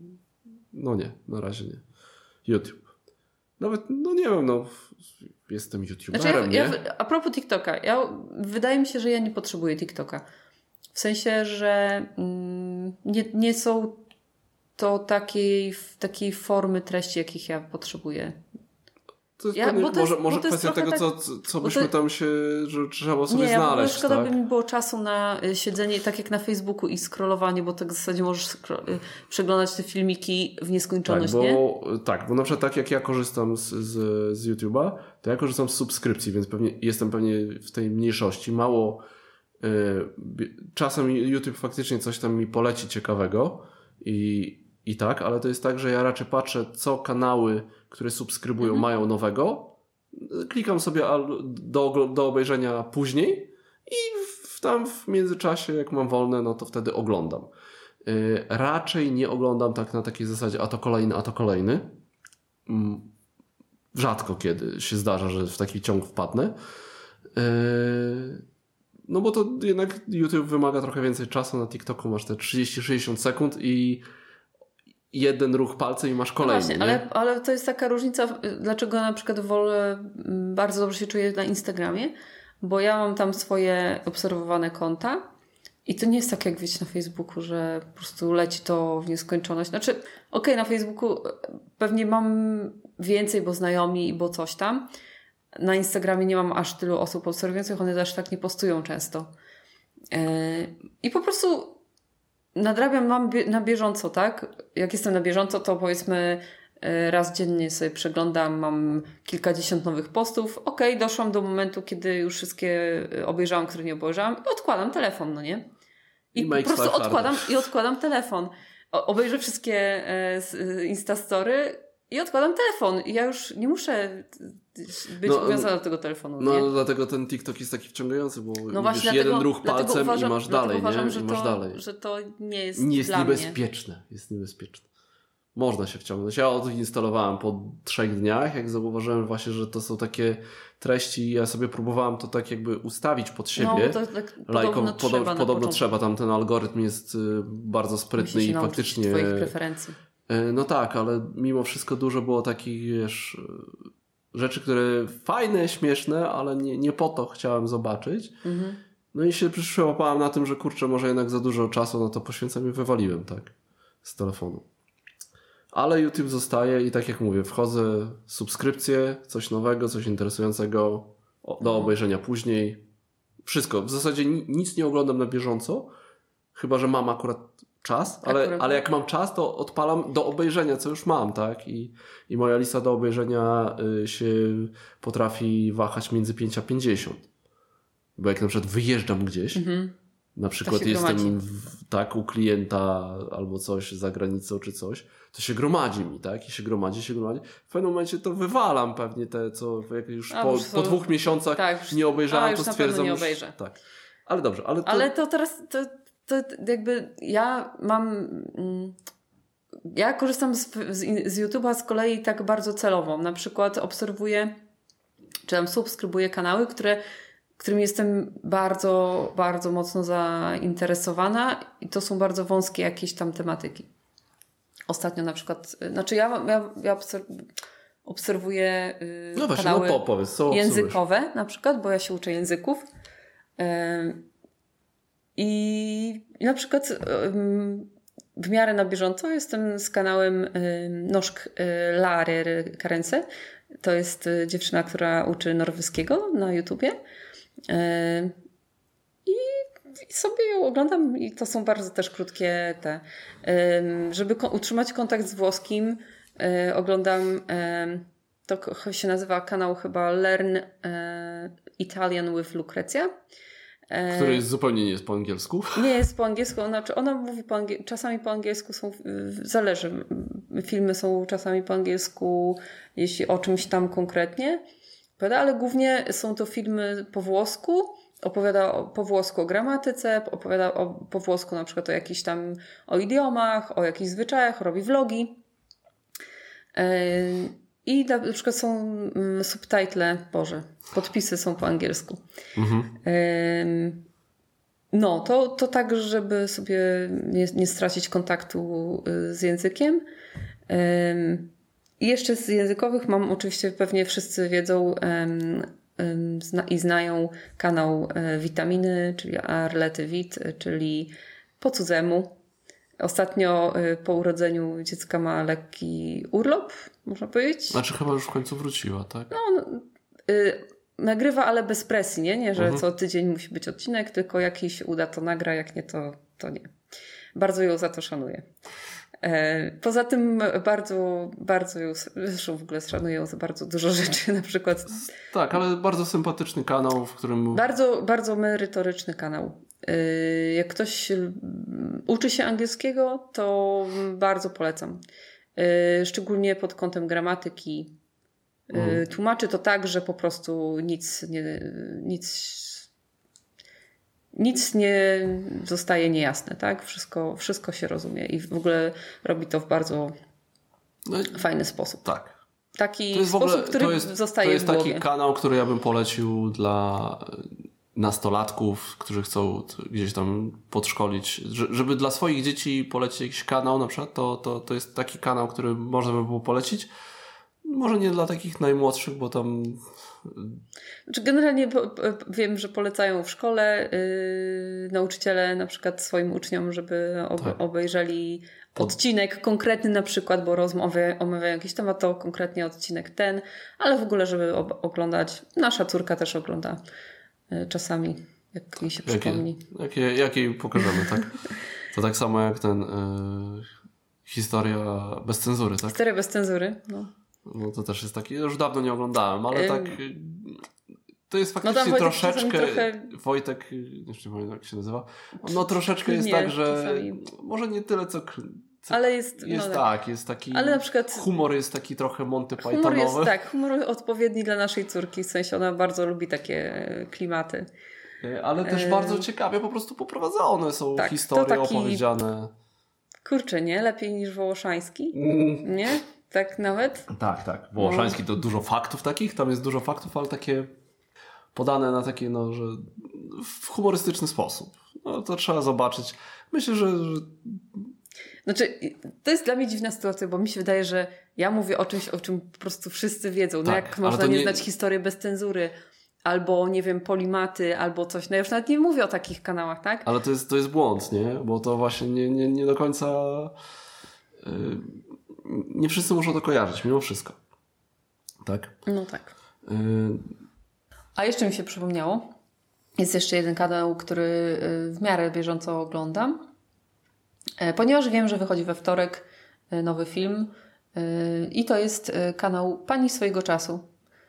no nie, na razie nie. YouTube. Nawet, no nie wiem, no jestem YouTuberem, znaczy ja, nie? Ja, a propos TikToka, ja, wydaje mi się, że ja nie potrzebuję TikToka. W sensie, że mm, nie, nie są to takiej, takiej formy treści, jakich ja potrzebuję. To jest ja, pewnie, to może, jest, może kwestia tego, tak, co, co byśmy to... tam się, że trzeba sobie nie, znaleźć. Nie, szkoda tak? by mi było czasu na siedzenie tak jak na Facebooku i scrollowanie, bo tak w zasadzie możesz skro- przeglądać te filmiki w nieskończoność, tak, bo, nie? Tak, bo na przykład tak jak ja korzystam z, z, z YouTube'a, to ja korzystam z subskrypcji, więc pewnie jestem pewnie w tej mniejszości. Mało yy, czasem YouTube faktycznie coś tam mi poleci ciekawego i I tak, ale to jest tak, że ja raczej patrzę, co kanały, które subskrybują, mhm. mają nowego. Klikam sobie do, do obejrzenia później i w, tam w międzyczasie, jak mam wolne, no to wtedy oglądam. Yy, raczej nie oglądam tak na takiej zasadzie, a to kolejny, a to kolejny. Yy, rzadko kiedy się zdarza, że w taki ciąg wpadnę. Yy, no bo to jednak YouTube wymaga trochę więcej czasu. Na TikToku masz te trzydzieści sześćdziesiąt sekund i jeden ruch palcem i masz kolejny. No właśnie, ale, ale to jest taka różnica, dlaczego na przykład wolę, bardzo dobrze się czuję na Instagramie, bo ja mam tam swoje obserwowane konta i to nie jest tak jak wiecie na Facebooku, że po prostu leci to w nieskończoność. Znaczy, okej, okay, na Facebooku pewnie mam więcej, bo znajomi, bo coś tam. Na Instagramie nie mam aż tylu osób obserwujących, one też tak nie postują często. Yy, I po prostu nadrabiam, mam na bieżąco, tak? Jak jestem na bieżąco, to powiedzmy raz dziennie sobie przeglądam, mam kilkadziesiąt nowych postów. Okej, okay, doszłam do momentu, kiedy już wszystkie obejrzałam, które nie obejrzałam i odkładam telefon, no nie? I, I po prostu odkładam i odkładam telefon. O, obejrzę wszystkie e, Instastory i odkładam telefon. I ja już nie muszę być no, uwiązana do tego telefonu. No, nie? no dlatego ten TikTok jest taki wciągający, bo no widzisz dlatego, jeden ruch palcem uważam, i masz dalej, uważam, nie? Że I masz to, dalej. że to nie jest Nie jest dla niebezpieczne. mnie. Jest niebezpieczne. Można się wciągnąć. Ja odinstalowałem po trzech dniach, jak zauważyłem właśnie, że to są takie treści. Ja sobie próbowałem to tak jakby ustawić pod siebie. No, to tak Lajko, podobno podobno trzeba. Podobno trzeba. Tam ten algorytm jest bardzo sprytny Musi się i faktycznie... twoich preferencji. No tak, ale mimo wszystko dużo było takich, wiesz, rzeczy, które fajne, śmieszne, ale nie, nie po to chciałem zobaczyć. Mhm. No i się przyłapałem na tym, że kurczę, może jednak za dużo czasu na to poświęcam i wywaliłem, tak, z telefonu. Ale YouTube zostaje i tak jak mówię, wchodzę, subskrypcje, coś nowego, coś interesującego do obejrzenia później. Wszystko. W zasadzie nic nie oglądam na bieżąco, chyba że mam akurat czas, ale, ale jak mam czas, to odpalam do obejrzenia, co już mam, tak? I, i moja lista do obejrzenia y, się potrafi wahać między pięć a pięćdziesiąt. Bo jak na przykład wyjeżdżam gdzieś, mm-hmm. na przykład jestem w, tak u klienta albo coś za granicą czy coś, to się gromadzi mi, tak? I się gromadzi, się gromadzi. W pewnym momencie to wywalam pewnie te, co jak już po, już po dwóch miesiącach tak, nie obejrzałem, a, już to stwierdzam nie obejrzę. Już, tak. Ale dobrze, ale to... Ale to teraz... To... To jakby ja mam... Ja korzystam z, z, z YouTube'a z kolei tak bardzo celowo. Na przykład obserwuję czy tam subskrybuję kanały, które, którymi jestem bardzo, bardzo mocno zainteresowana i to są bardzo wąskie jakieś tam tematyki. Ostatnio na przykład, znaczy ja, ja, ja obserwuję yy, no właśnie, kanały no powiedz, co językowe obserwujesz? na przykład, bo ja się uczę języków. Yy, I na przykład yy, w miarę na bieżąco jestem z kanałem yy, Norsk yy, Lærer Karense. To jest yy, dziewczyna, która uczy norweskiego na YouTubie. Yy, I I sobie ją oglądam i to są bardzo też krótkie te. Żeby ko- utrzymać kontakt z włoskim, yy, oglądam, yy, to się nazywa kanał chyba Learn yy, Italian with Lucrezia. Yy, Który jest zupełnie nie jest po angielsku. Nie jest po angielsku, ona, ona mówi po angielsku, czasami po angielsku są, zależy, filmy są czasami po angielsku, jeśli o czymś tam konkretnie, ale głównie są to filmy po włosku. Opowiada o, po włosku o gramatyce, opowiada o, po włosku na przykład o jakichś tam, o idiomach, o jakichś zwyczajach, robi vlogi. Yy, I na, na przykład są y, subtitle, Boże, podpisy są po angielsku. Mhm. Yy, no, to, to tak, żeby sobie nie, nie stracić kontaktu z językiem. Yy, I jeszcze z językowych mam, oczywiście pewnie wszyscy wiedzą, yy, Zna, i znają kanał Witaminy, czyli Arlety Wit, czyli po cudzemu. Ostatnio po urodzeniu dziecka ma lekki urlop, można powiedzieć. Znaczy chyba już w końcu wróciła, tak? No, y, nagrywa, ale bez presji, nie? Nie, że mhm. co tydzień musi być odcinek, tylko jakiś uda to nagra, jak nie to, to nie. Bardzo ją za to szanuję. Poza tym bardzo, bardzo ją, zresztą w ogóle szanuję ją za bardzo dużo rzeczy, na przykład. Tak, ale bardzo sympatyczny kanał, w którym... Bardzo, bardzo merytoryczny kanał. Jak ktoś uczy się angielskiego, to bardzo polecam. Szczególnie pod kątem gramatyki. Mm. Tłumaczy to tak, że po prostu nic nie, nic Nic nie zostaje niejasne, tak? Wszystko, wszystko się rozumie i w ogóle robi to w bardzo no, fajny sposób. Tak. Taki sposób, ogóle, który to jest, zostaje to jest w głowie. taki kanał, który ja bym polecił dla nastolatków, którzy chcą gdzieś tam podszkolić. Żeby dla swoich dzieci polecić jakiś kanał na przykład, to, to, to jest taki kanał, który można by było polecić. Może nie dla takich najmłodszych, bo tam... Generalnie wiem, że polecają w szkole yy, nauczyciele na przykład swoim uczniom, żeby ob- tak. obejrzeli odcinek konkretny na przykład, bo rozmowy omawiają jakiś temat, to konkretnie odcinek ten, ale w ogóle, żeby ob- oglądać. Nasza córka też ogląda yy, czasami, jak jej się jakie, przypomni. Jakie, jakie jej pokażemy, tak? To tak samo jak ten yy, historia bez cenzury, tak? Historia bez cenzury, no. No to też jest taki, już dawno nie oglądałem, ale tak to jest faktycznie no Wojtek troszeczkę trochę... Wojtek, jeszcze nie pamiętam jak się nazywa, no troszeczkę jest nie, tak, że czasami... może nie tyle co, co ale jest, jest no, tak, jest taki ale na przykład humor jest taki trochę Monty Pythonowy. Humor jest tak, humor odpowiedni dla naszej córki, w sensie ona bardzo lubi takie klimaty. Ale też e... bardzo ciekawie po prostu poprowadzone są tak, historie taki... opowiedziane. Kurczę, nie? Lepiej niż Wołoszański? Mm. Nie? Tak nawet? Tak, tak. Wołoszański to dużo faktów takich, tam jest dużo faktów, ale takie podane na takie, no, że w humorystyczny sposób. No to trzeba zobaczyć. Myślę, że... że... Znaczy, to jest dla mnie dziwna sytuacja, bo mi się wydaje, że ja mówię o czymś, o czym po prostu wszyscy wiedzą. No tak, jak można nie, nie znać historii bez cenzury, albo, nie wiem, polimaty, albo coś. No ja już nawet nie mówię o takich kanałach, tak? Ale to jest, to jest błąd, nie? Bo to właśnie nie, nie, nie do końca... Yy... Nie wszyscy muszą to kojarzyć, mimo wszystko. Tak? No tak. Y... A jeszcze mi się przypomniało. Jest jeszcze jeden kanał, który w miarę bieżąco oglądam. Ponieważ wiem, że wychodzi we wtorek nowy film. I to jest kanał Pani Swojego Czasu.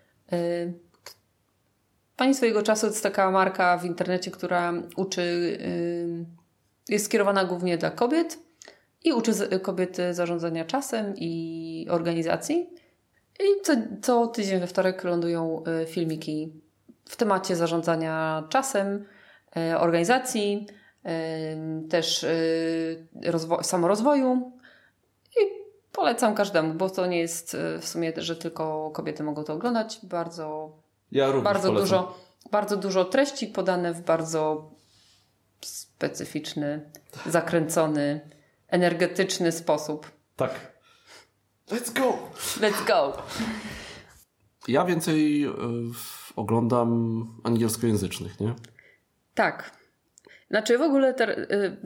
Pani Swojego Czasu to jest taka marka w internecie, która uczy... Jest skierowana głównie dla kobiet. I uczy kobiety zarządzania czasem i organizacji. I co, co tydzień we wtorek lądują filmiki w temacie zarządzania czasem, organizacji, też rozwo- samorozwoju. I polecam każdemu, bo to nie jest w sumie, że tylko kobiety mogą to oglądać. Bardzo Ja również bardzo polecam. dużo, bardzo dużo treści podane w bardzo specyficzny, zakręcony, energetyczny sposób. Tak. Let's go! Let's go! Ja więcej y, oglądam angielskojęzycznych, nie? Tak. Znaczy w ogóle ter, y,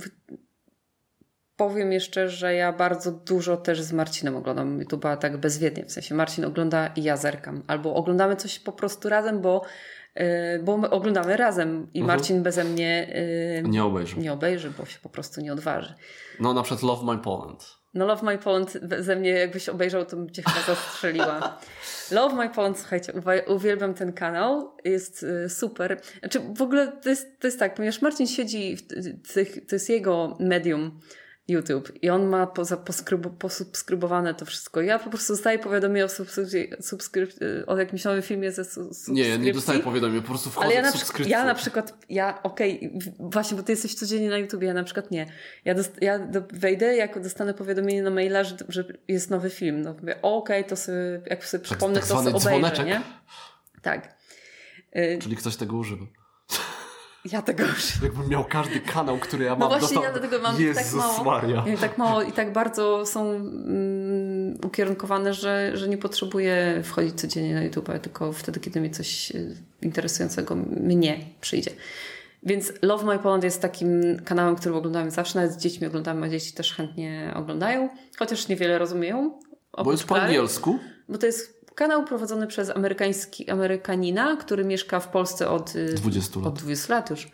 powiem jeszcze, że ja bardzo dużo też z Marcinem oglądam YouTube'a tak bezwiednie. W sensie Marcin ogląda i ja zerkam. Albo oglądamy coś po prostu razem, bo, y, bo my oglądamy razem i Mhm. Marcin beze mnie y, Nie obejrzę. nie obejrzy, bo się po prostu nie odważy. No na przykład Love My Poland. No Love My Poland ze mnie jakbyś obejrzał, to bym cię chyba zastrzeliła. Love My Poland, słuchajcie, uwa- uwielbiam ten kanał, jest y, super. Znaczy w ogóle to jest, to jest tak, ponieważ Marcin siedzi, w tych, to jest jego medium YouTube i on ma poza, poskrybu, posubskrybowane to wszystko. Ja po prostu dostaję powiadomienie o, subskrypcji, subskryp, o jakimś nowym filmie ze su, subskrypcji. Nie, ja nie dostaję powiadomienia, po prostu wchodzę Ale ja w na, subskrypcję. ja na przykład, ja okej, okay, właśnie, bo ty jesteś codziennie na YouTubie, ja na przykład nie. Ja, dost, ja do, wejdę, jak dostanę powiadomienie na maila, że, że jest nowy film. No mówię, okej, okay, to sobie, jak sobie przypomnę, tak to sobie obejrzę, dzwoneczek. nie? Tak. Y, Czyli ktoś tego używa. ja tego już... Jakbym miał każdy kanał, który ja mam. No właśnie, dostał... ja dlatego mam Jezus tak mało. Maria. Ja tak mało i tak bardzo są mm, ukierunkowane, że, że nie potrzebuję wchodzić codziennie na YouTube, tylko wtedy, kiedy mi coś y, interesującego mnie przyjdzie. Więc Love My Poland jest takim kanałem, który oglądamy zawsze, nawet z dziećmi oglądamy, a dzieci też chętnie oglądają, chociaż niewiele rozumieją. Bo jest po Klary, angielsku. Bo to jest kanał prowadzony przez amerykański, Amerykanina, który mieszka w Polsce od dwudziestu lat. Od dwudziestu lat już.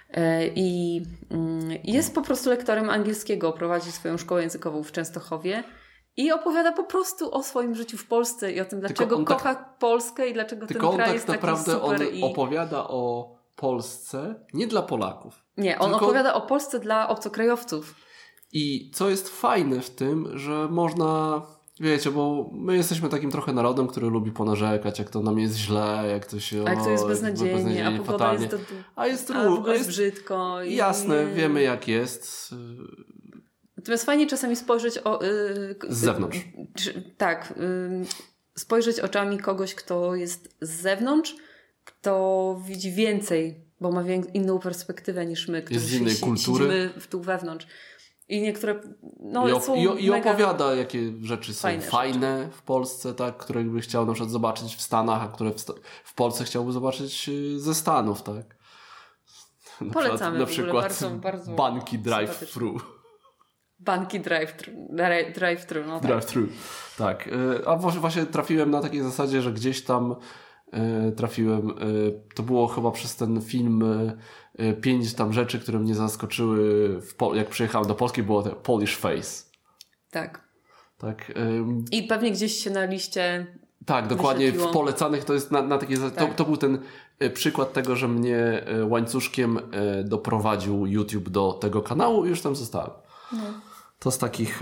I jest po prostu lektorem angielskiego, prowadzi swoją szkołę językową w Częstochowie i opowiada po prostu o swoim życiu w Polsce i o tym, dlaczego kocha tak, Polskę i dlaczego ten kraj tak jest taki naprawdę super. On i... opowiada o Polsce nie dla Polaków. Nie, on tylko... opowiada o Polsce dla obcokrajowców. I co jest fajne w tym, że można... Wiecie, bo my jesteśmy takim trochę narodem, który lubi ponarzekać, jak to nam jest źle, jak to się... A jak to jest beznadziejnie, beznadziejnie a pogoda fatalnie. jest... Do... A jest a w ogóle jest brzydko. I... Jasne, wiemy jak jest. Natomiast fajnie czasami spojrzeć o... Yy, z zewnątrz. Yy, tak. Yy, spojrzeć oczami kogoś, kto jest z zewnątrz, kto widzi więcej, bo ma wiek- inną perspektywę niż my, którzy jest z innej si- kultury. siedzimy tu wewnątrz. I niektóre no, I, op- są i, i mega opowiada, jakie rzeczy są fajne, fajne rzeczy. w Polsce, tak, które by chciał na przykład zobaczyć w Stanach, a które w, sta- w Polsce chciałby zobaczyć ze Stanów, tak. Na Polecamy przykład, w ogóle, na bardzo, przykład bardzo banki drive-thru. Banki drive-thru, drive-thru, no tak. Drive-thru, tak. A właśnie trafiłem na takiej zasadzie, że gdzieś tam trafiłem, to było chyba przez ten film pięć tam rzeczy, które mnie zaskoczyły, w Pol- jak przyjechałem do Polski, było te Polish Face. Tak. Tak. I pewnie gdzieś się na liście tak, dokładnie wyświetliło. w polecanych to jest na, na takiej zasadzie, tak. to, to był ten przykład tego, że mnie łańcuszkiem doprowadził YouTube do tego kanału i już tam zostałem. No. To z takich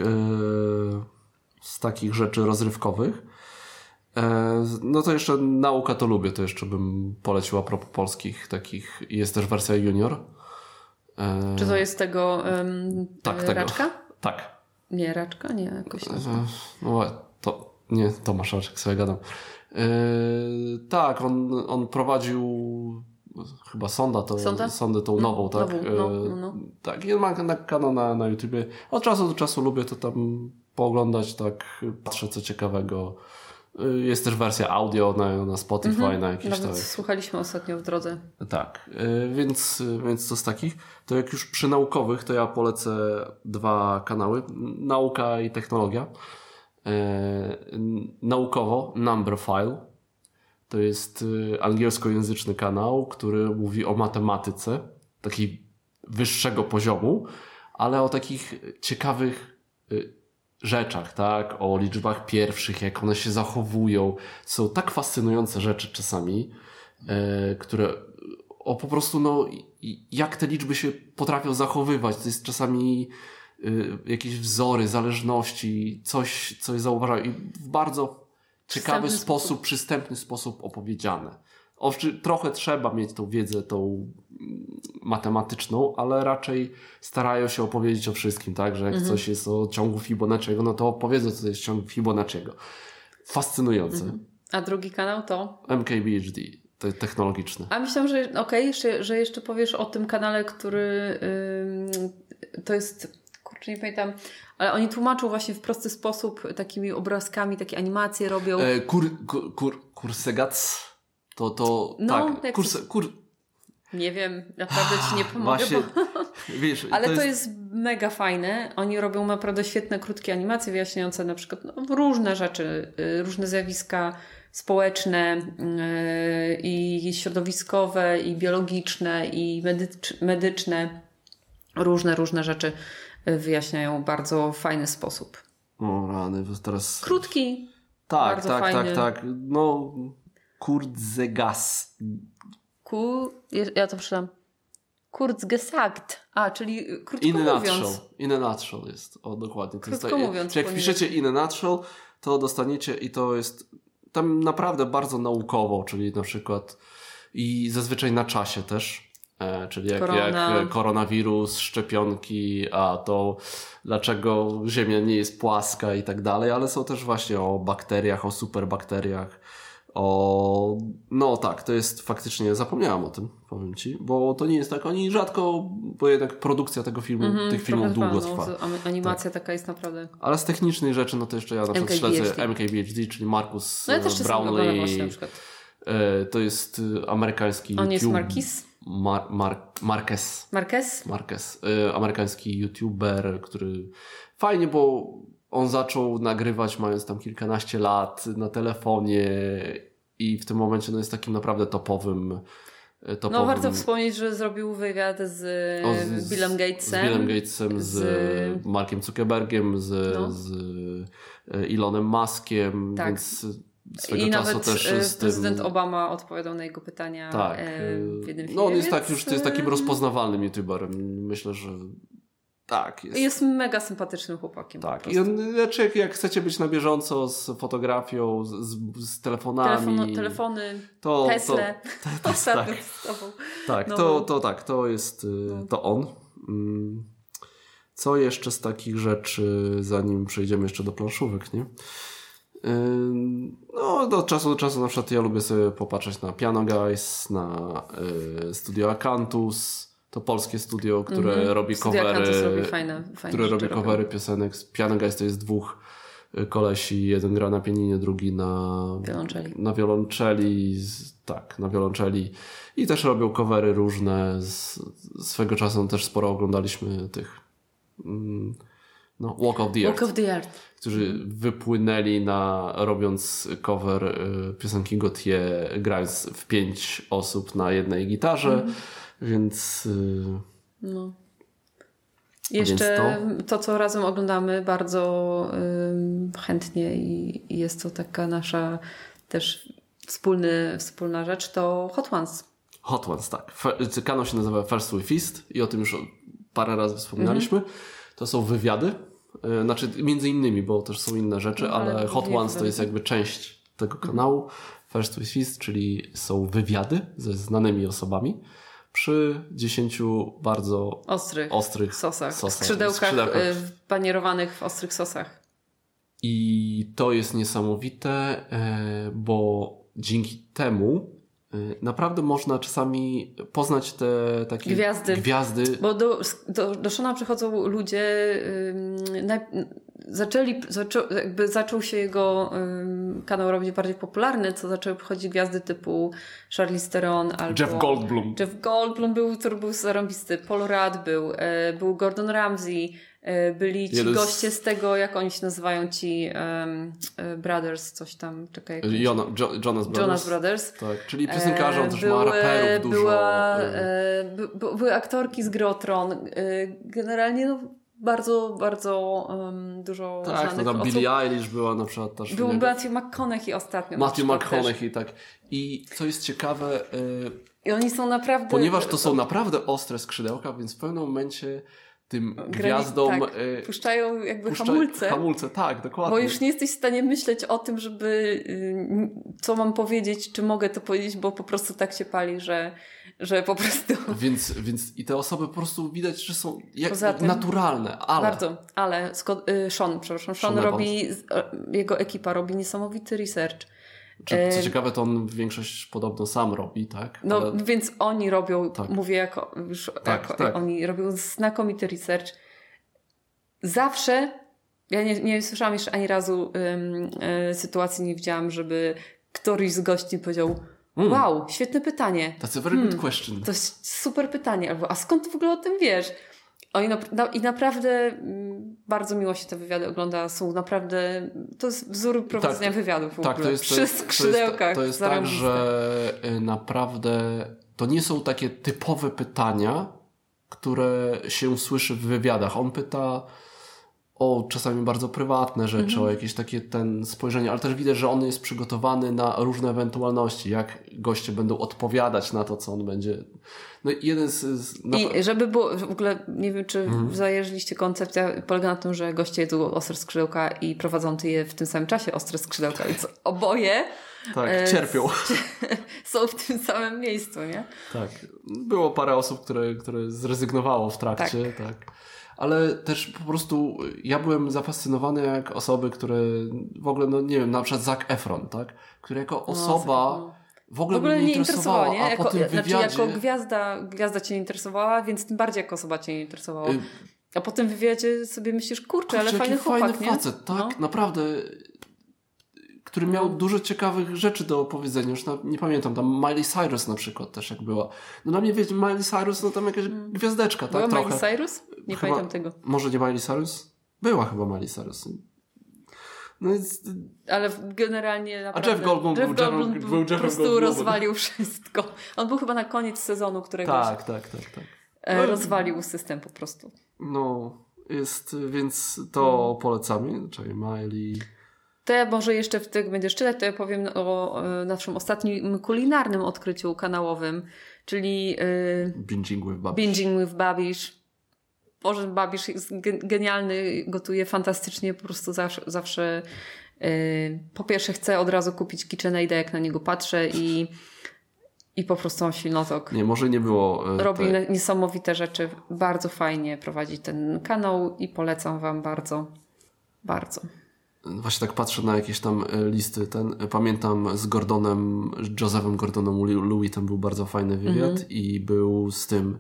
z takich rzeczy rozrywkowych. No to jeszcze nauka to lubię, to jeszcze bym polecił a propos polskich takich. Jest też wersja junior. Czy to jest tego um, tak, tego. Raczka? Tak. Nie, Raczka? Nie, jakoś tak. No, to nie, Tomasz Raczek, sobie gadam. Yy, tak, on, on prowadził chyba Sonda, to, Sonda? Sondę tą no, nową, tak? Nową, no, no, no. Yy, tak, i on ma na, kanał na, na YouTubie. Od czasu do czasu lubię to tam pooglądać, tak, patrzę co ciekawego. Yy, jest też wersja audio na, na Spotify, mm-hmm. na jakieś Nawet tak. słuchaliśmy ostatnio w drodze. Tak, yy, więc, więc to z takich. To jak już przy naukowych, to ja polecę dwa kanały. Nauka i technologia. Yy, naukowo Numberphile. To jest angielskojęzyczny kanał, który mówi o matematyce, takiej wyższego poziomu, ale o takich ciekawych rzeczach, tak? O liczbach pierwszych, jak one się zachowują. Są tak fascynujące rzeczy czasami, które o po prostu, no, jak te liczby się potrafią zachowywać. To jest czasami jakieś wzory, zależności, coś, coś zauważają i w bardzo ciekawy sposób, sposób, przystępny sposób opowiedziane. Owszem, trochę trzeba mieć tą wiedzę, tą matematyczną, ale raczej starają się opowiedzieć o wszystkim, tak? Że jak mhm. coś jest o ciągu Fibonacciego, no to opowiedzą, co to jest ciąg Fibonacciego. Fascynujące. Mhm. A drugi kanał to? M K B H D. te, technologiczne. A myślałam, że okej, okay, jeszcze, że jeszcze powiesz o tym kanale, który yy, to jest, kurczę, nie pamiętam, ale oni tłumaczą właśnie w prosty sposób, takimi obrazkami, takie animacje robią. E, kur, kur, kur, kursegac, to, to no, tak, kurse, kur... Nie wiem, naprawdę Ci nie pomogę. Właśnie, bo... wiesz, ale to jest... to jest mega fajne. Oni robią naprawdę świetne, krótkie animacje wyjaśniające na przykład no, różne rzeczy, różne zjawiska społeczne yy, i środowiskowe, i biologiczne, i medycz- medyczne. Różne, różne rzeczy wyjaśniają w bardzo fajny sposób. O rany, teraz... Krótki, tak, bardzo tak, fajny. tak, tak. No, Kurzgesagt. Ku... Ja to przeczytam. Kurzgesagt. A, czyli krótko in a mówiąc. nutshell. In a nutshell jest. O, dokładnie. To Krótko jest to, mówiąc. Czy jak wpiszecie in a nutshell, to dostaniecie i to jest tam naprawdę bardzo naukowo, czyli na przykład i zazwyczaj na czasie też. E, czyli jak, Korona. jak koronawirus, szczepionki, a to dlaczego Ziemia nie jest płaska i tak dalej, ale są też właśnie o bakteriach, o superbakteriach, o... No tak, to jest faktycznie, zapomniałam o tym, powiem Ci, bo to nie jest tak, oni rzadko, bo jednak produkcja tego filmu, Mm-hmm, tych filmów długo no, trwa. Animacja tak. taka jest naprawdę... Ale z technicznych rzeczy, no to jeszcze ja na przykład śledzę M K B H D, czyli Marcus no ja też Brownlee. właśnie na przykład. To jest amerykański On YouTube... jest Marquis? Mar- Mar- Marquez. Marquez? Marquez. Y, amerykański YouTuber, który fajnie, bo on zaczął nagrywać mając tam kilkanaście lat na telefonie i w tym momencie no, jest takim naprawdę topowym, topowym... No warto wspomnieć, że zrobił wywiad z, o, z Billem Gatesem. Z Billem Gatesem, z, z Markiem Zuckerbergiem, z, no. z Elonem Muskiem, tak. Więc... I nawet też prezydent tym... Obama odpowiadał na jego pytania tak. w jednym filmie. No on jest, więc... tak, już, to jest takim rozpoznawalnym youtuberem. Myślę, że tak. Jest, jest mega sympatycznym chłopakiem. Tak. I on, znaczy, jak, jak chcecie być na bieżąco z fotografią, z, z telefonami. Telefono, telefony, to, Tesla. To, to, to, tak, tak, no. to, to tak, to jest no. to on. Co jeszcze z takich rzeczy, zanim przejdziemy jeszcze do planszówek, nie? No, do czasu do czasu na przykład ja lubię sobie popatrzeć na Piano Guys, na y, Studio Acanthus, to polskie studio, które mm-hmm. robi Studio covery, robi fajne, fajne które robi covery robią. piosenek. Piano Guys to jest dwóch kolesi, jeden gra na pianinie, drugi na wiolonczeli. Na wiolonczeli, tak, na wiolonczeli i też robią covery różne. Z, swego czasu też sporo oglądaliśmy tych mm, no, Walk of the Earth. Walk of the Earth. Którzy wypłynęli na, robiąc cover y, piosenki Gautier, grając w pięć osób na jednej gitarze, mm. więc... Y, no. Jeszcze to... to, co razem oglądamy bardzo y, chętnie i, i jest to taka nasza też wspólny, wspólna rzecz, to Hot Ones. Hot Ones, tak. F- kanał się nazywa First We Feast i o tym już parę razy wspominaliśmy. Mm. To są wywiady. Znaczy między innymi, bo też są inne rzeczy, no, ale, ale Hot Ones to jest jakby część tego kanału. First We Feast, czyli są wywiady ze znanymi osobami przy dziesięciu bardzo ostrych, ostrych sosach, sosach skrzydełkach, skrzydełkach panierowanych w ostrych sosach. I to jest niesamowite, bo dzięki temu naprawdę można czasami poznać te takie gwiazdy. gwiazdy. Bo do, do, do Shona przychodzą ludzie, yy, naj, zaczęli, zaczą, jakby zaczął się jego yy, kanał robić bardziej popularny, co zaczęły przychodzić gwiazdy typu Charlize Theron albo Jeff Goldblum. Jeff Goldblum był, który był zarąbisty, Paul Rudd był, yy, był Gordon Ramsay, byli ci Jeden goście z tego, jak oni się nazywają, ci um, Brothers, coś tam, czekaj. Jona, jo, Jonas Brothers. Jonas Brothers. Tak, czyli piosenkarze, on też ma raperów dużo. Była, by, by, były aktorki z Gry o Tron. Generalnie no, bardzo, bardzo um, dużo tak, znanych no tam osób. Billie Eilish była na przykład też. Był Matthew McConaughey ostatnio. Matthew McConaughey, tak. I co jest ciekawe... Yy, I oni są naprawdę... Ponieważ to są naprawdę ostre skrzydełka, więc w pewnym momencie tym Grani, gwiazdom... Tak, y, puszczają jakby puszcza, hamulce. Hamulce, tak, dokładnie. Bo już nie jesteś w stanie myśleć o tym, żeby y, co mam powiedzieć, czy mogę to powiedzieć, bo po prostu tak się pali, że, że po prostu... Więc, więc i te osoby po prostu widać, że są jak, tym, naturalne, ale... Bardzo, ale Scott, y, Sean, przepraszam, Sean, Sean robi, y, jego ekipa robi niesamowity research. Czy, co ciekawe, to on większość podobno sam robi, tak? No Ale... więc oni robią, tak. mówię jako, już tak, jako tak. oni robią znakomity research. Zawsze, ja nie, nie słyszałam jeszcze ani razu ym, y, sytuacji, nie widziałam, żeby któryś z gości powiedział mm. wow, świetne pytanie. That's a very hmm, good question. To jest super pytanie. Albo, a skąd ty w ogóle o tym wiesz? Oni na, na, I naprawdę m, bardzo miło się te wywiady ogląda. Są naprawdę, to jest wzór prowadzenia tak, wywiadów w tak, ogóle. To jest, Przy skrzydełkach. To jest, to jest tak, że naprawdę to nie są takie typowe pytania, które się słyszy w wywiadach. On pyta o czasami bardzo prywatne rzeczy, mm-hmm. o jakieś takie ten spojrzenie, ale też widać, że on jest przygotowany na różne ewentualności, jak goście będą odpowiadać na to, co on będzie... No jeden z... z na... I żeby było, w ogóle nie wiem, czy mm-hmm. zajarzyliście, koncepcja polega na tym, że goście jedzą ostre skrzydełka i prowadzący je w tym samym czasie ostre skrzydełka, więc oboje tak, e, cierpią. są w tym samym miejscu, nie? Tak. Było parę osób, które, które zrezygnowało w trakcie, tak. tak. Ale też po prostu ja byłem zafascynowany jak osoby, które w ogóle, no nie wiem, na przykład Zac Efron, tak? Który jako osoba no, w ogóle, w ogóle mnie nie interesowała, nie? a Jako, po tym wywiadzie... Znaczy jako gwiazda, gwiazda cię nie interesowała, więc tym bardziej jako osoba cię nie interesowała. Y... A po tym wywiadzie sobie myślisz, kurczę, kurczę ale fajny chłopak, fajny nie? facet, tak? No. Naprawdę... który miał no. dużo ciekawych rzeczy do opowiedzenia. Już na, nie pamiętam, tam Miley Cyrus na przykład też jak była. No dla mnie, wiecie, Miley Cyrus, no tam jakaś hmm. gwiazdeczka, tak? Była Miley Cyrus? Nie chyba, pamiętam tego. Może nie Miley Cyrus? Była chyba Miley Cyrus. No jest... Ale generalnie naprawdę... A Jeff Goldblum Jeff był, Goldblum Jeff, był po Jeffem prostu Goldblumem. rozwalił wszystko. On był chyba na koniec sezonu któregoś. Tak, tak, tak. tak. No, rozwalił system po prostu. No, jest, więc to hmm. polecamy. Czyli Miley... To ja może jeszcze, jak będziesz czytać, to ja powiem o naszym ostatnim kulinarnym odkryciu kanałowym, czyli yy, Binging with Babish. Binging with Babish. Boże, Babish jest genialny, gotuje fantastycznie, po prostu zawsze, zawsze yy, po pierwsze chcę od razu kupić KitchenAida, jak na niego patrzę i, i po prostu mam silnotok. Nie, może nie było... Yy, Robi te... niesamowite rzeczy, bardzo fajnie prowadzi ten kanał i polecam wam bardzo, bardzo. Właśnie tak patrzę na jakieś tam listy. Ten, pamiętam z Gordonem, Josephem Gordonem Louis, tam był bardzo fajny wywiad mm-hmm. i był z tym...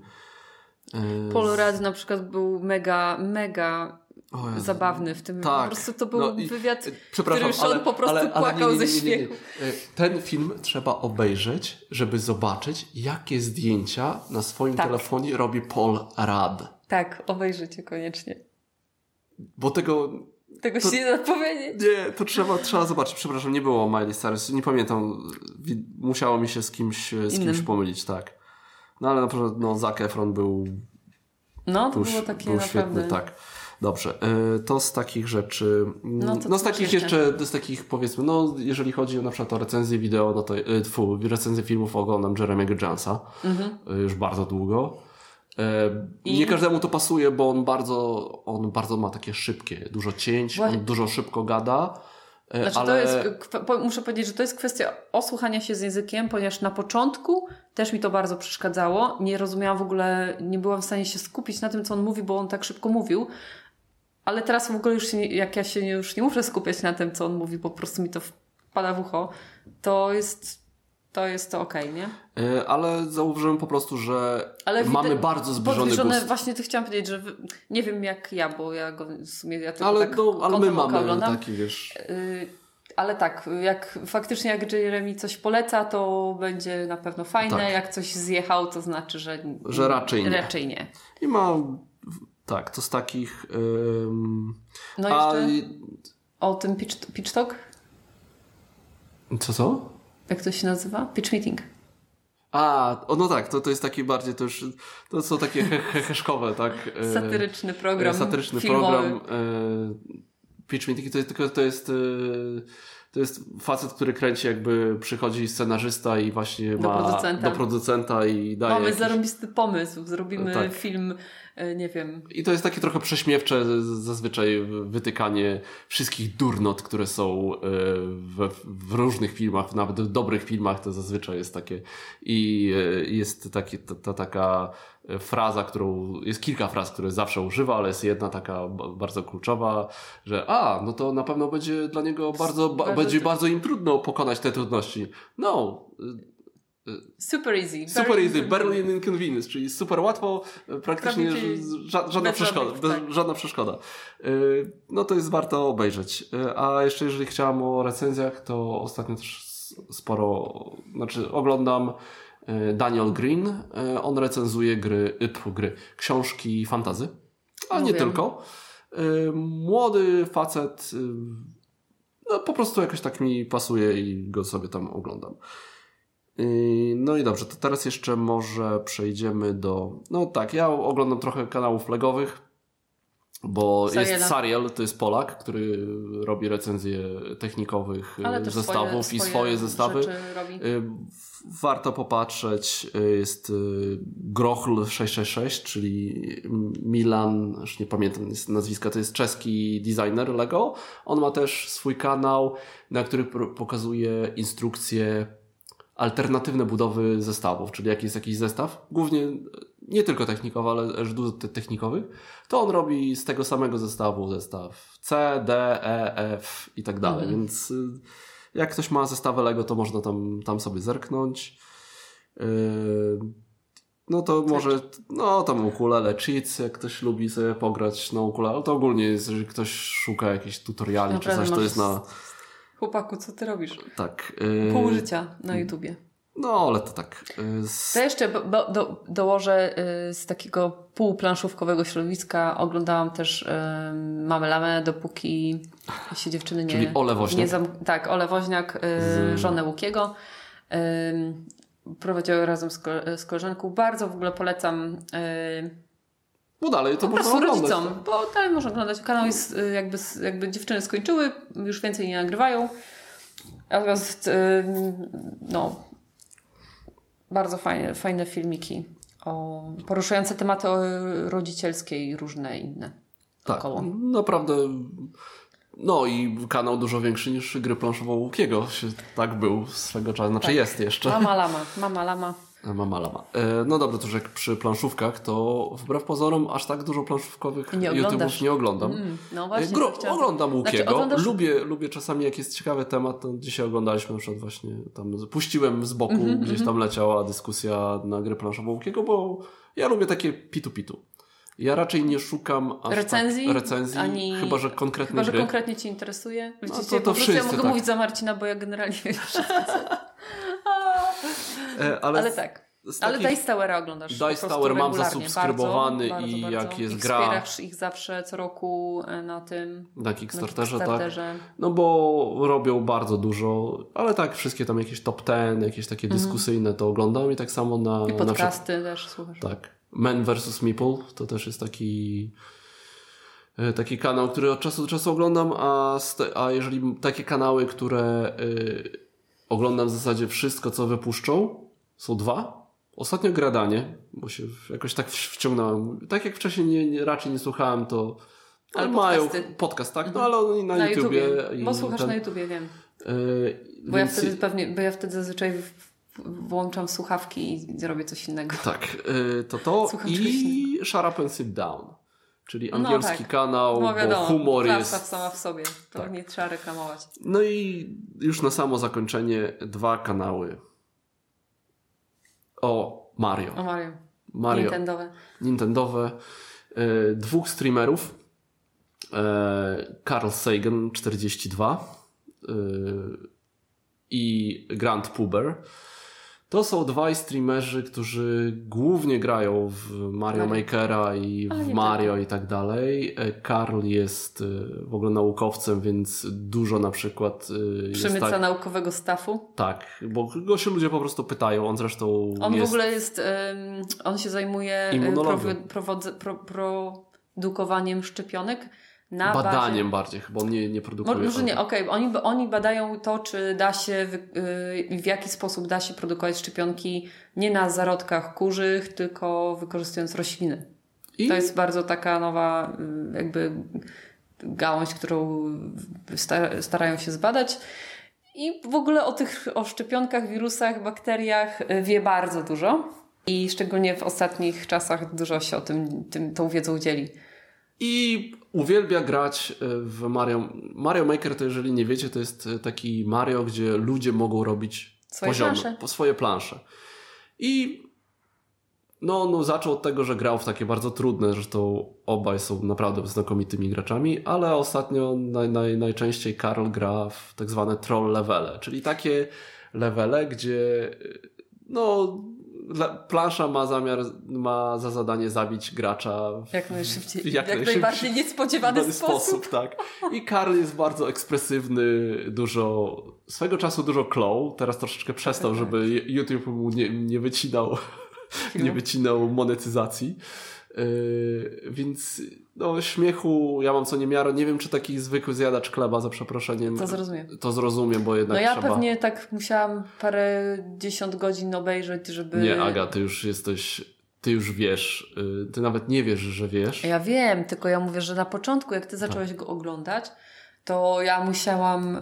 E, Paul Rudd na przykład był mega, mega zabawny w tym. Tak. Po prostu to był no wywiad, który już on po prostu ale, ale płakał nie, nie, nie, ze nie, nie, nie. śmiechu. Ten film trzeba obejrzeć, żeby zobaczyć, jakie zdjęcia na swoim tak. telefonie robi Paul Rudd. Tak, obejrzyjcie koniecznie. Bo tego... Tego to, się nie da powiedzieć. Nie, to trzeba, trzeba zobaczyć. Przepraszam, nie było Miley Cyrus. Nie pamiętam. Musiało mi się z kimś, z kimś pomylić, tak. No ale na przykład no, Zac Efron był... No, to był, było takie był naprawdę... świetny, tak. Dobrze. To z takich rzeczy... No, to no z takich jeszcze, jeszcze, z takich powiedzmy, no jeżeli chodzi na przykład o recenzję wideo, no to tfu, recenzję filmów oglądam Jeremy'ego Jonesa. Mhm. Już bardzo długo. I... Nie każdemu to pasuje, bo on bardzo, on bardzo ma takie szybkie, dużo cięć, Właśnie... on dużo szybko gada. Znaczy ale... to jest, muszę powiedzieć, że to jest kwestia osłuchania się z językiem, ponieważ na początku też mi to bardzo przeszkadzało. Nie rozumiałam w ogóle, nie byłam w stanie się skupić na tym, co on mówi, bo on tak szybko mówił. Ale teraz w ogóle już się, jak ja się już nie muszę skupiać na tym, co on mówi, bo po prostu mi to wpada w ucho, to jest... To jest to okej, okay, nie? Yy, ale zauważyłem po prostu, że ale mamy wide- bardzo zbliżony gust. Właśnie to chciałam powiedzieć, że wy, nie wiem jak ja, bo ja go w sumie ja tylko ale, tak no, ale my mamy oglądam. taki, wiesz... Yy, ale tak, jak faktycznie jak Jeremy coś poleca, to będzie na pewno fajne. Tak. Jak coś zjechał, to znaczy, że... Że raczej nie. Raczej nie. I ma... Tak, to z takich... Yy... No jeszcze A... o tym pitch, pitch talk? Co, co? Jak to się nazywa? Pitch meeting. A, o, no tak, to, to jest taki bardziej, to już, to są takie he, he, heszkowe, tak? Satyryczny program Satyryczny filmowy. program. E, pitch meeting to jest, tylko to jest, e, to jest facet, który kręci jakby, przychodzi scenarzysta i właśnie do ma producenta. do producenta i daje Mamy jakiś... zarąbisty pomysł, zrobimy tak. film, nie wiem. I to jest takie trochę prześmiewcze zazwyczaj wytykanie wszystkich durnot, które są w, w różnych filmach, nawet w dobrych filmach to zazwyczaj jest takie i jest takie, ta, ta taka fraza, którą, jest kilka fraz, które zawsze używa, ale jest jedna taka bardzo kluczowa, że a, no to na pewno będzie dla niego bardzo, ba, bardzo będzie tr- bardzo im trudno pokonać te trudności. No. Super easy. Super easy, barely an inconvenience, czyli super łatwo, praktycznie ża- żadna, przeszkoda, żadnych, bez, tak. żadna przeszkoda. No to jest warto obejrzeć. A jeszcze jeżeli chciałam o recenzjach, to ostatnio też sporo, znaczy oglądam Daniel Green. On recenzuje gry, tfu, gry, książki fantasy, ale nie Mówię. tylko. Młody facet, no po prostu jakoś tak mi pasuje i go sobie tam oglądam. No i dobrze, to teraz jeszcze może przejdziemy do... No tak, ja oglądam trochę kanałów legowych, bo Sariela. jest Sariel, to jest Polak, który robi recenzje technikowych Ale też zestawów swoje, i swoje zestawy. rzeczy robi. Warto popatrzeć. Jest Grochl sześć sześć sześć, czyli Milan, już nie pamiętam nazwiska, to jest czeski designer Lego. On ma też swój kanał, na który pokazuje instrukcje alternatywne budowy zestawów, czyli jak jest jakiś zestaw, głównie nie tylko technikowy, ale też dużo technikowych, to on robi z tego samego zestawu zestaw C, D, E, F i tak dalej, Mhm. więc jak ktoś ma zestawy Lego, to można tam, tam sobie zerknąć. Yy, no to może, no tam ukulele, cheats, jak ktoś lubi sobie pograć na ukulele, to ogólnie jest, jeżeli ktoś szuka jakichś tutoriali Naprawdę czy coś, to jest na... Chłopaku, co ty robisz? Tak. Yy, Pół życia na YouTubie. No, ale to tak. Yy, z... To jeszcze bo, bo, do, dołożę y, z takiego półplanszówkowego środowiska. Oglądałam też y, Mamy Lamę, dopóki się dziewczyny nie... Czyli Ole Woźniak. Nie zam... Tak, Ole Woźniak, y, z... żonę Łukiego. Y, prowadziły razem z, ko- z koleżanką. Bardzo w ogóle polecam... Y, No dalej, to po można prostu oglądać. rodzicom, bo dalej można oglądać. Kanał jest y, jakby, jakby dziewczyny skończyły, już więcej nie nagrywają. Natomiast y, no bardzo fajne, fajne filmiki o poruszające tematy rodzicielskie i różne inne Tak, około. naprawdę. No i kanał dużo większy niż Gry planszowe Łukiego. Się, tak był swego czasu, znaczy Tak. jest jeszcze. Mama Lama, Mama Lama. Mama Lama. E, no dobra, to że jak przy planszówkach, to wbrew pozorom aż tak dużo planszówkowych Nie YouTube'ów oglądasz. nie oglądam. Mm, no właśnie. Gro, to chciałam- oglądam Łukiego. Znaczy, oglądasz- lubię, lubię czasami, jak jest ciekawy temat, to dzisiaj oglądaliśmy na przykład właśnie tam, puściłem z boku, Mhm, gdzieś tam leciała dyskusja na Gry planszowe Łukiego, bo ja lubię takie pitu-pitu. Ja raczej nie szukam aż recenzji, tak recenzji, ani... chyba że konkretnej chyba, że gry. konkretnie Cię interesuje. No Wiecie, to- to, to po prostu wszyscy, ja mogę tak. mówić za Marcina, bo ja generalnie wiem wszystko. E, ale Ale tak. z Ale takich- Dice Towera oglądasz Dice po prostu Tower mam regularnie. zasubskrybowany bardzo, i bardzo, jak bardzo. jest I gra- wspierasz ich zawsze co roku na tym na Kickstarterze, na tak. Kickstarterze. No bo robią bardzo dużo, ale tak, wszystkie tam jakieś top dziesięć, jakieś takie dyskusyjne to oglądam i tak samo na... Mhm. I na przykład, podcasty też słuchasz. tak. Men versus. Meeple to też jest taki e, taki kanał, który od czasu do czasu oglądam, a, st- a jeżeli takie kanały, które y, oglądam w zasadzie wszystko, co wypuszczą, są dwa. Ostatnio Gradanie, bo się jakoś tak wciągnąłem. Tak jak wcześniej nie, nie, raczej nie słuchałem, to Ale ale mają podcasty. podcast, tak? No ale oni na, Na YouTubie. YouTubie. i Bo słuchasz ten- na YouTubie, wiem. Yy, Bo ja więc- wtedy pewnie, bo ja wtedy zazwyczaj w- w- włączam słuchawki i robię coś innego. Tak, yy, to to Słucham i Shut Up and Sit Down, czyli No angielski tak. kanał, No wiadomo, bo humor klasa jest... sama w sobie. To Tak. nie trzeba reklamować. No i już na samo zakończenie dwa kanały o Mario. O Mario. Mario. Nintendowe. Nintendowe. Yy, dwóch streamerów. Yy, Carl Sagan czterdzieści dwa yy, i Grant Puber. To są dwaj streamerzy, którzy głównie grają w Mario Mario. Makera i Ale w nie Mario tylko. i tak dalej. Karl jest y, w ogóle naukowcem, więc dużo na przykład y, jest Przemyca tak, naukowego staffu. tak, bo go się ludzie po prostu pytają. On zresztą On jest... w ogóle jest, ym, on się zajmuje y, Immunologią. prowi- prowodze- pro, produkowaniem szczepionek na badaniem bazie... bardziej, chyba on nie, nie produkuje. Mo- Może ale- nie, okej. Oni, oni badają to, czy da się, wy- y, w jaki sposób da się produkować szczepionki nie na zarodkach kurzych, tylko wykorzystując rośliny. I To jest bardzo taka nowa y, jakby gałąź, którą sta- starają się zbadać. I w ogóle o tych o szczepionkach, wirusach, bakteriach wie bardzo dużo. I szczególnie w ostatnich czasach dużo się o tym, tym tą wiedzą dzieli. I uwielbia grać w Mario. Mario Maker to, jeżeli nie wiecie, to jest taki Mario, gdzie ludzie mogą robić swoje poziomy, plansze. swoje plansze. I no, no zaczął od tego, że grał w takie bardzo trudne, zresztą obaj są naprawdę znakomitymi graczami, ale ostatnio naj, naj, najczęściej Karl gra w tak zwane troll levele, czyli takie levele, gdzie no plansza ma zamiar, ma za zadanie zabić gracza w, jak najszybciej, jak, jak najszybciej, najbardziej niespodziewany sposób. sposób. Tak. I Karl jest bardzo ekspresywny, dużo, swego czasu dużo klął, teraz troszeczkę przestał, tak, żeby YouTube mu nie, nie wycinał nie wycinał monetyzacji. Yy, więc no śmiechu ja mam co niemiarę. Nie wiem, czy taki zwykły zjadacz chleba, za przeproszeniem, to zrozumie. To zrozumie, bo jednak no ja trzeba... pewnie tak musiałam parę dziesiąt godzin obejrzeć, żeby... Nie, Aga, ty już jesteś... Ty już wiesz. Yy, ty nawet nie wiesz, że wiesz. Ja wiem, tylko ja mówię, że na początku, jak ty zacząłeś tak. go oglądać, to ja musiałam y,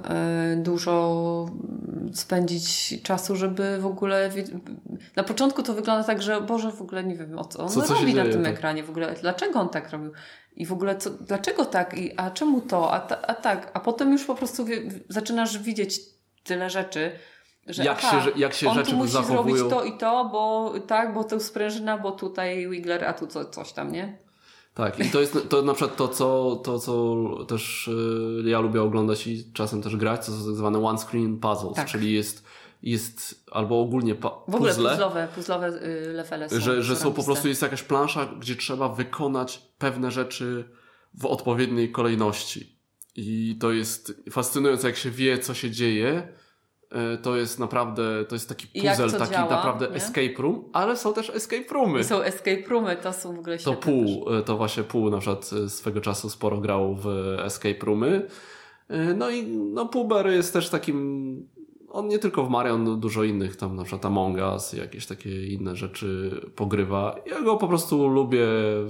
dużo spędzić czasu, żeby w ogóle... Na początku to wygląda tak, że Boże, w ogóle nie wiem, o co on co, co robi na tym tak? ekranie, w ogóle dlaczego on tak robił i w ogóle co, dlaczego tak, i a czemu to, a, ta, a tak, a potem już po prostu wie, zaczynasz widzieć tyle rzeczy, że jak aha, się, jak się on rzeczy tu musi zachowują. zrobić to i to, bo tak, bo to sprężyna, bo tutaj Wiggler, a tu co, coś tam, nie? Tak, i to jest to na przykład to, co, to, co też yy, ja lubię oglądać i czasem też grać, to są tak zwane one-screen puzzles, tak. czyli jest, jest albo ogólnie pa- w ogóle puzzle, puzzlowe, puzzlowe yy, levele są. Że, że są po prostu, jest jakaś plansza, gdzie trzeba wykonać pewne rzeczy w odpowiedniej kolejności. I to jest fascynujące, jak się wie, co się dzieje. To jest naprawdę, to jest taki puzzle, taki działa, naprawdę nie? escape room, ale są też escape roomy. I są escape roomy, to są w ogóle świetne. To pół, też. to właśnie pół na przykład swego czasu sporo grał w escape roomy. No i no Puber jest też takim, on nie tylko w Mario, on dużo innych, tam na przykład Among Us, jakieś takie inne rzeczy pogrywa. Ja go po prostu lubię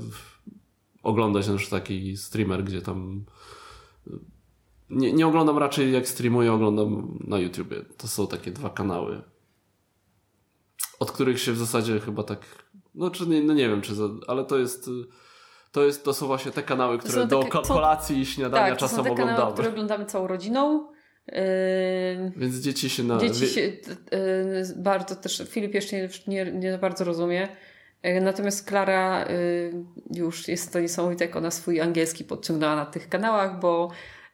oglądać, też taki streamer, gdzie tam Nie, nie oglądam raczej jak streamuję, oglądam na YouTubie. To są takie dwa kanały, od których się w zasadzie chyba tak, no czy nie, no nie wiem, czy za, ale to jest, to jest, to są właśnie te kanały, które takie, do kolacji i śniadania tak, czasem to są te oglądamy. Kanały, które oglądamy całą rodziną. Yy, Więc dzieci się na... Dzieci się yy, bardzo też, Filip jeszcze nie, nie, nie bardzo rozumie. Yy, natomiast Klara yy, już jest to niesamowite, jak ona swój angielski podciągnęła na tych kanałach, bo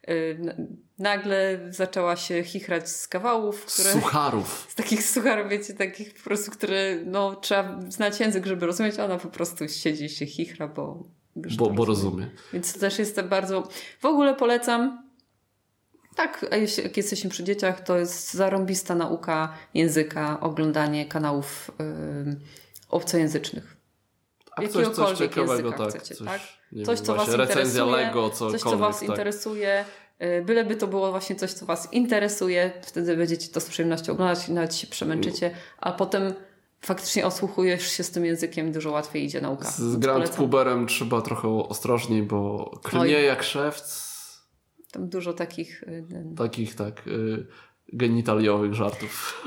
nagle zaczęła się chichrać z kawałów, które... Sucharów. Z takich sucharów, wiecie, takich po prostu, które no trzeba znać język, żeby rozumieć, a ona po prostu siedzi i się chichra, bo... Bo, bo rozumie. Więc to też jest bardzo... W ogóle polecam. Tak, a jeśli, jak jesteśmy przy dzieciach, to jest zarąbista nauka języka, oglądanie kanałów yy, obcojęzycznych. A coś, coś ciekawego, tak. Chcecie, coś, tak? Nie coś wiem, co was recenzja interesuje, Lego, coś, co was tak. interesuje. Byleby to było właśnie coś, co was interesuje, wtedy będziecie to z przyjemnością oglądać i nawet się przemęczycie, a potem faktycznie osłuchujesz się z tym językiem, dużo łatwiej idzie nauka. Z, z Grand Puberem trzeba trochę ostrożniej, bo klnie Oj. jak szewc. Tam dużo takich... Takich, tak, y, genitaliowych żartów.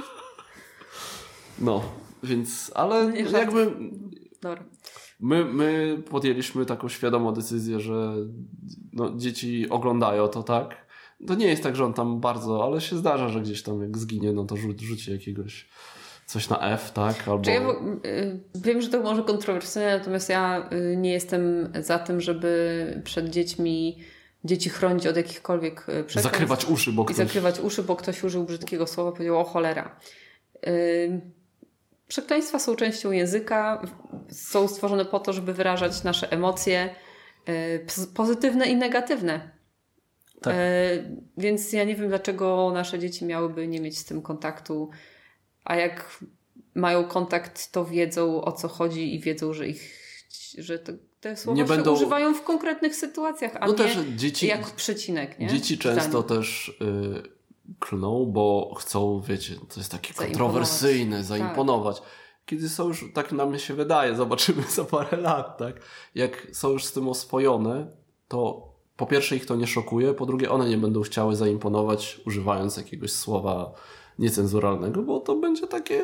No, więc, ale nie jakby... Dobra. My, my podjęliśmy taką świadomą decyzję, że no, dzieci oglądają to, tak? To nie jest tak, że on tam bardzo, ale się zdarza, że gdzieś tam jak zginie, no to rzu- rzuci jakiegoś coś na F, tak? Albo... Ja y, wiem, że to może kontrowersyjne, natomiast ja y, nie jestem za tym, żeby przed dziećmi dzieci chronić od jakichkolwiek przekleństw. Zakrywać uszy, bo ktoś... I zakrywać uszy, bo ktoś użył brzydkiego słowa, powiedział o cholera. Y, Przekleństwa są częścią języka, są stworzone po to, żeby wyrażać nasze emocje pozytywne i negatywne. Tak. Więc ja nie wiem, dlaczego nasze dzieci miałyby nie mieć z tym kontaktu, a jak mają kontakt, to wiedzą, o co chodzi i wiedzą, że ich, że te, te słowa nie się będą... używają w konkretnych sytuacjach, a no nie też dzieci, jak przecinek. Nie? Dzieci często też... Y- klną, bo chcą, wiecie, to jest takie kontrowersyjne, zaimponować. Tak. Kiedy są już, tak nam się wydaje, zobaczymy za parę lat, tak? Jak są już z tym oswojone, to po pierwsze ich to nie szokuje, po drugie one nie będą chciały zaimponować używając jakiegoś słowa niecenzuralnego, bo to będzie takie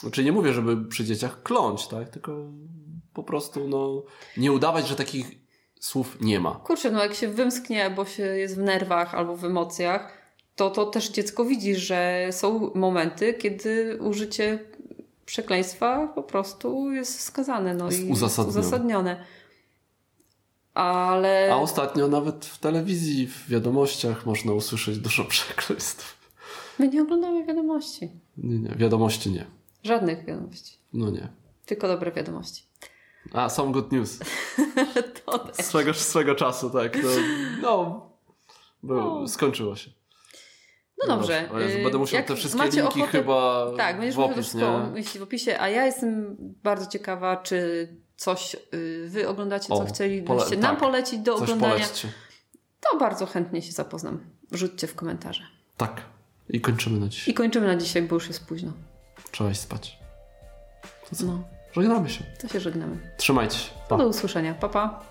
Znaczy nie mówię, żeby przy dzieciach kląć, tak? Tylko po prostu no, nie udawać, że takich słów nie ma. Kurczę, no jak się wymsknie, bo się jest w nerwach albo w emocjach, to to też dziecko widzi, że są momenty, kiedy użycie przekleństwa po prostu jest wskazane. No jest i uzasadnione. uzasadnione. Ale... A ostatnio nawet w telewizji, w wiadomościach można usłyszeć dużo przekleństw. My nie oglądamy wiadomości. Nie, nie, wiadomości nie. Żadnych wiadomości. No nie. Tylko dobre wiadomości. A, some good news. To też. Swego, swego czasu, tak. No, no, bo No. skończyło się. No dobrze. No, ale będę musiał Jak te wszystkie macie linki ochotę, chyba tak, będziesz w musiał to opis, wszystko nie? umieścić w opisie, a ja jestem bardzo ciekawa, czy coś y, wy oglądacie, co O, chcielibyście pole- nam tak. polecić do Coś oglądania. polećcie. To bardzo chętnie się zapoznam. Rzućcie w komentarze. Tak. I kończymy na dziś. I kończymy na dzisiaj, bo już jest późno. Trzeba iść spać. To co? No, Żegnamy się. to się żegnamy. Trzymajcie się. Pa. Do usłyszenia. Pa, pa.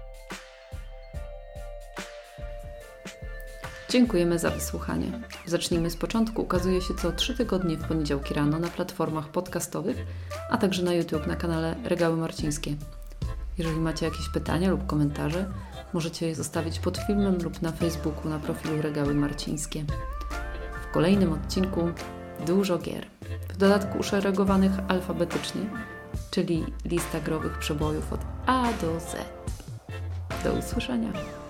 Dziękujemy za wysłuchanie. Zacznijmy z początku. Ukazuje się co trzy tygodnie w poniedziałki rano na platformach podcastowych, a także na YouTube na kanale Regały Marcińskie. Jeżeli macie jakieś pytania lub komentarze, możecie je zostawić pod filmem lub na Facebooku na profilu Regały Marcińskie. W kolejnym odcinku dużo gier, w dodatku uszeregowanych alfabetycznie, czyli lista growych przebojów od A do Z. Do usłyszenia.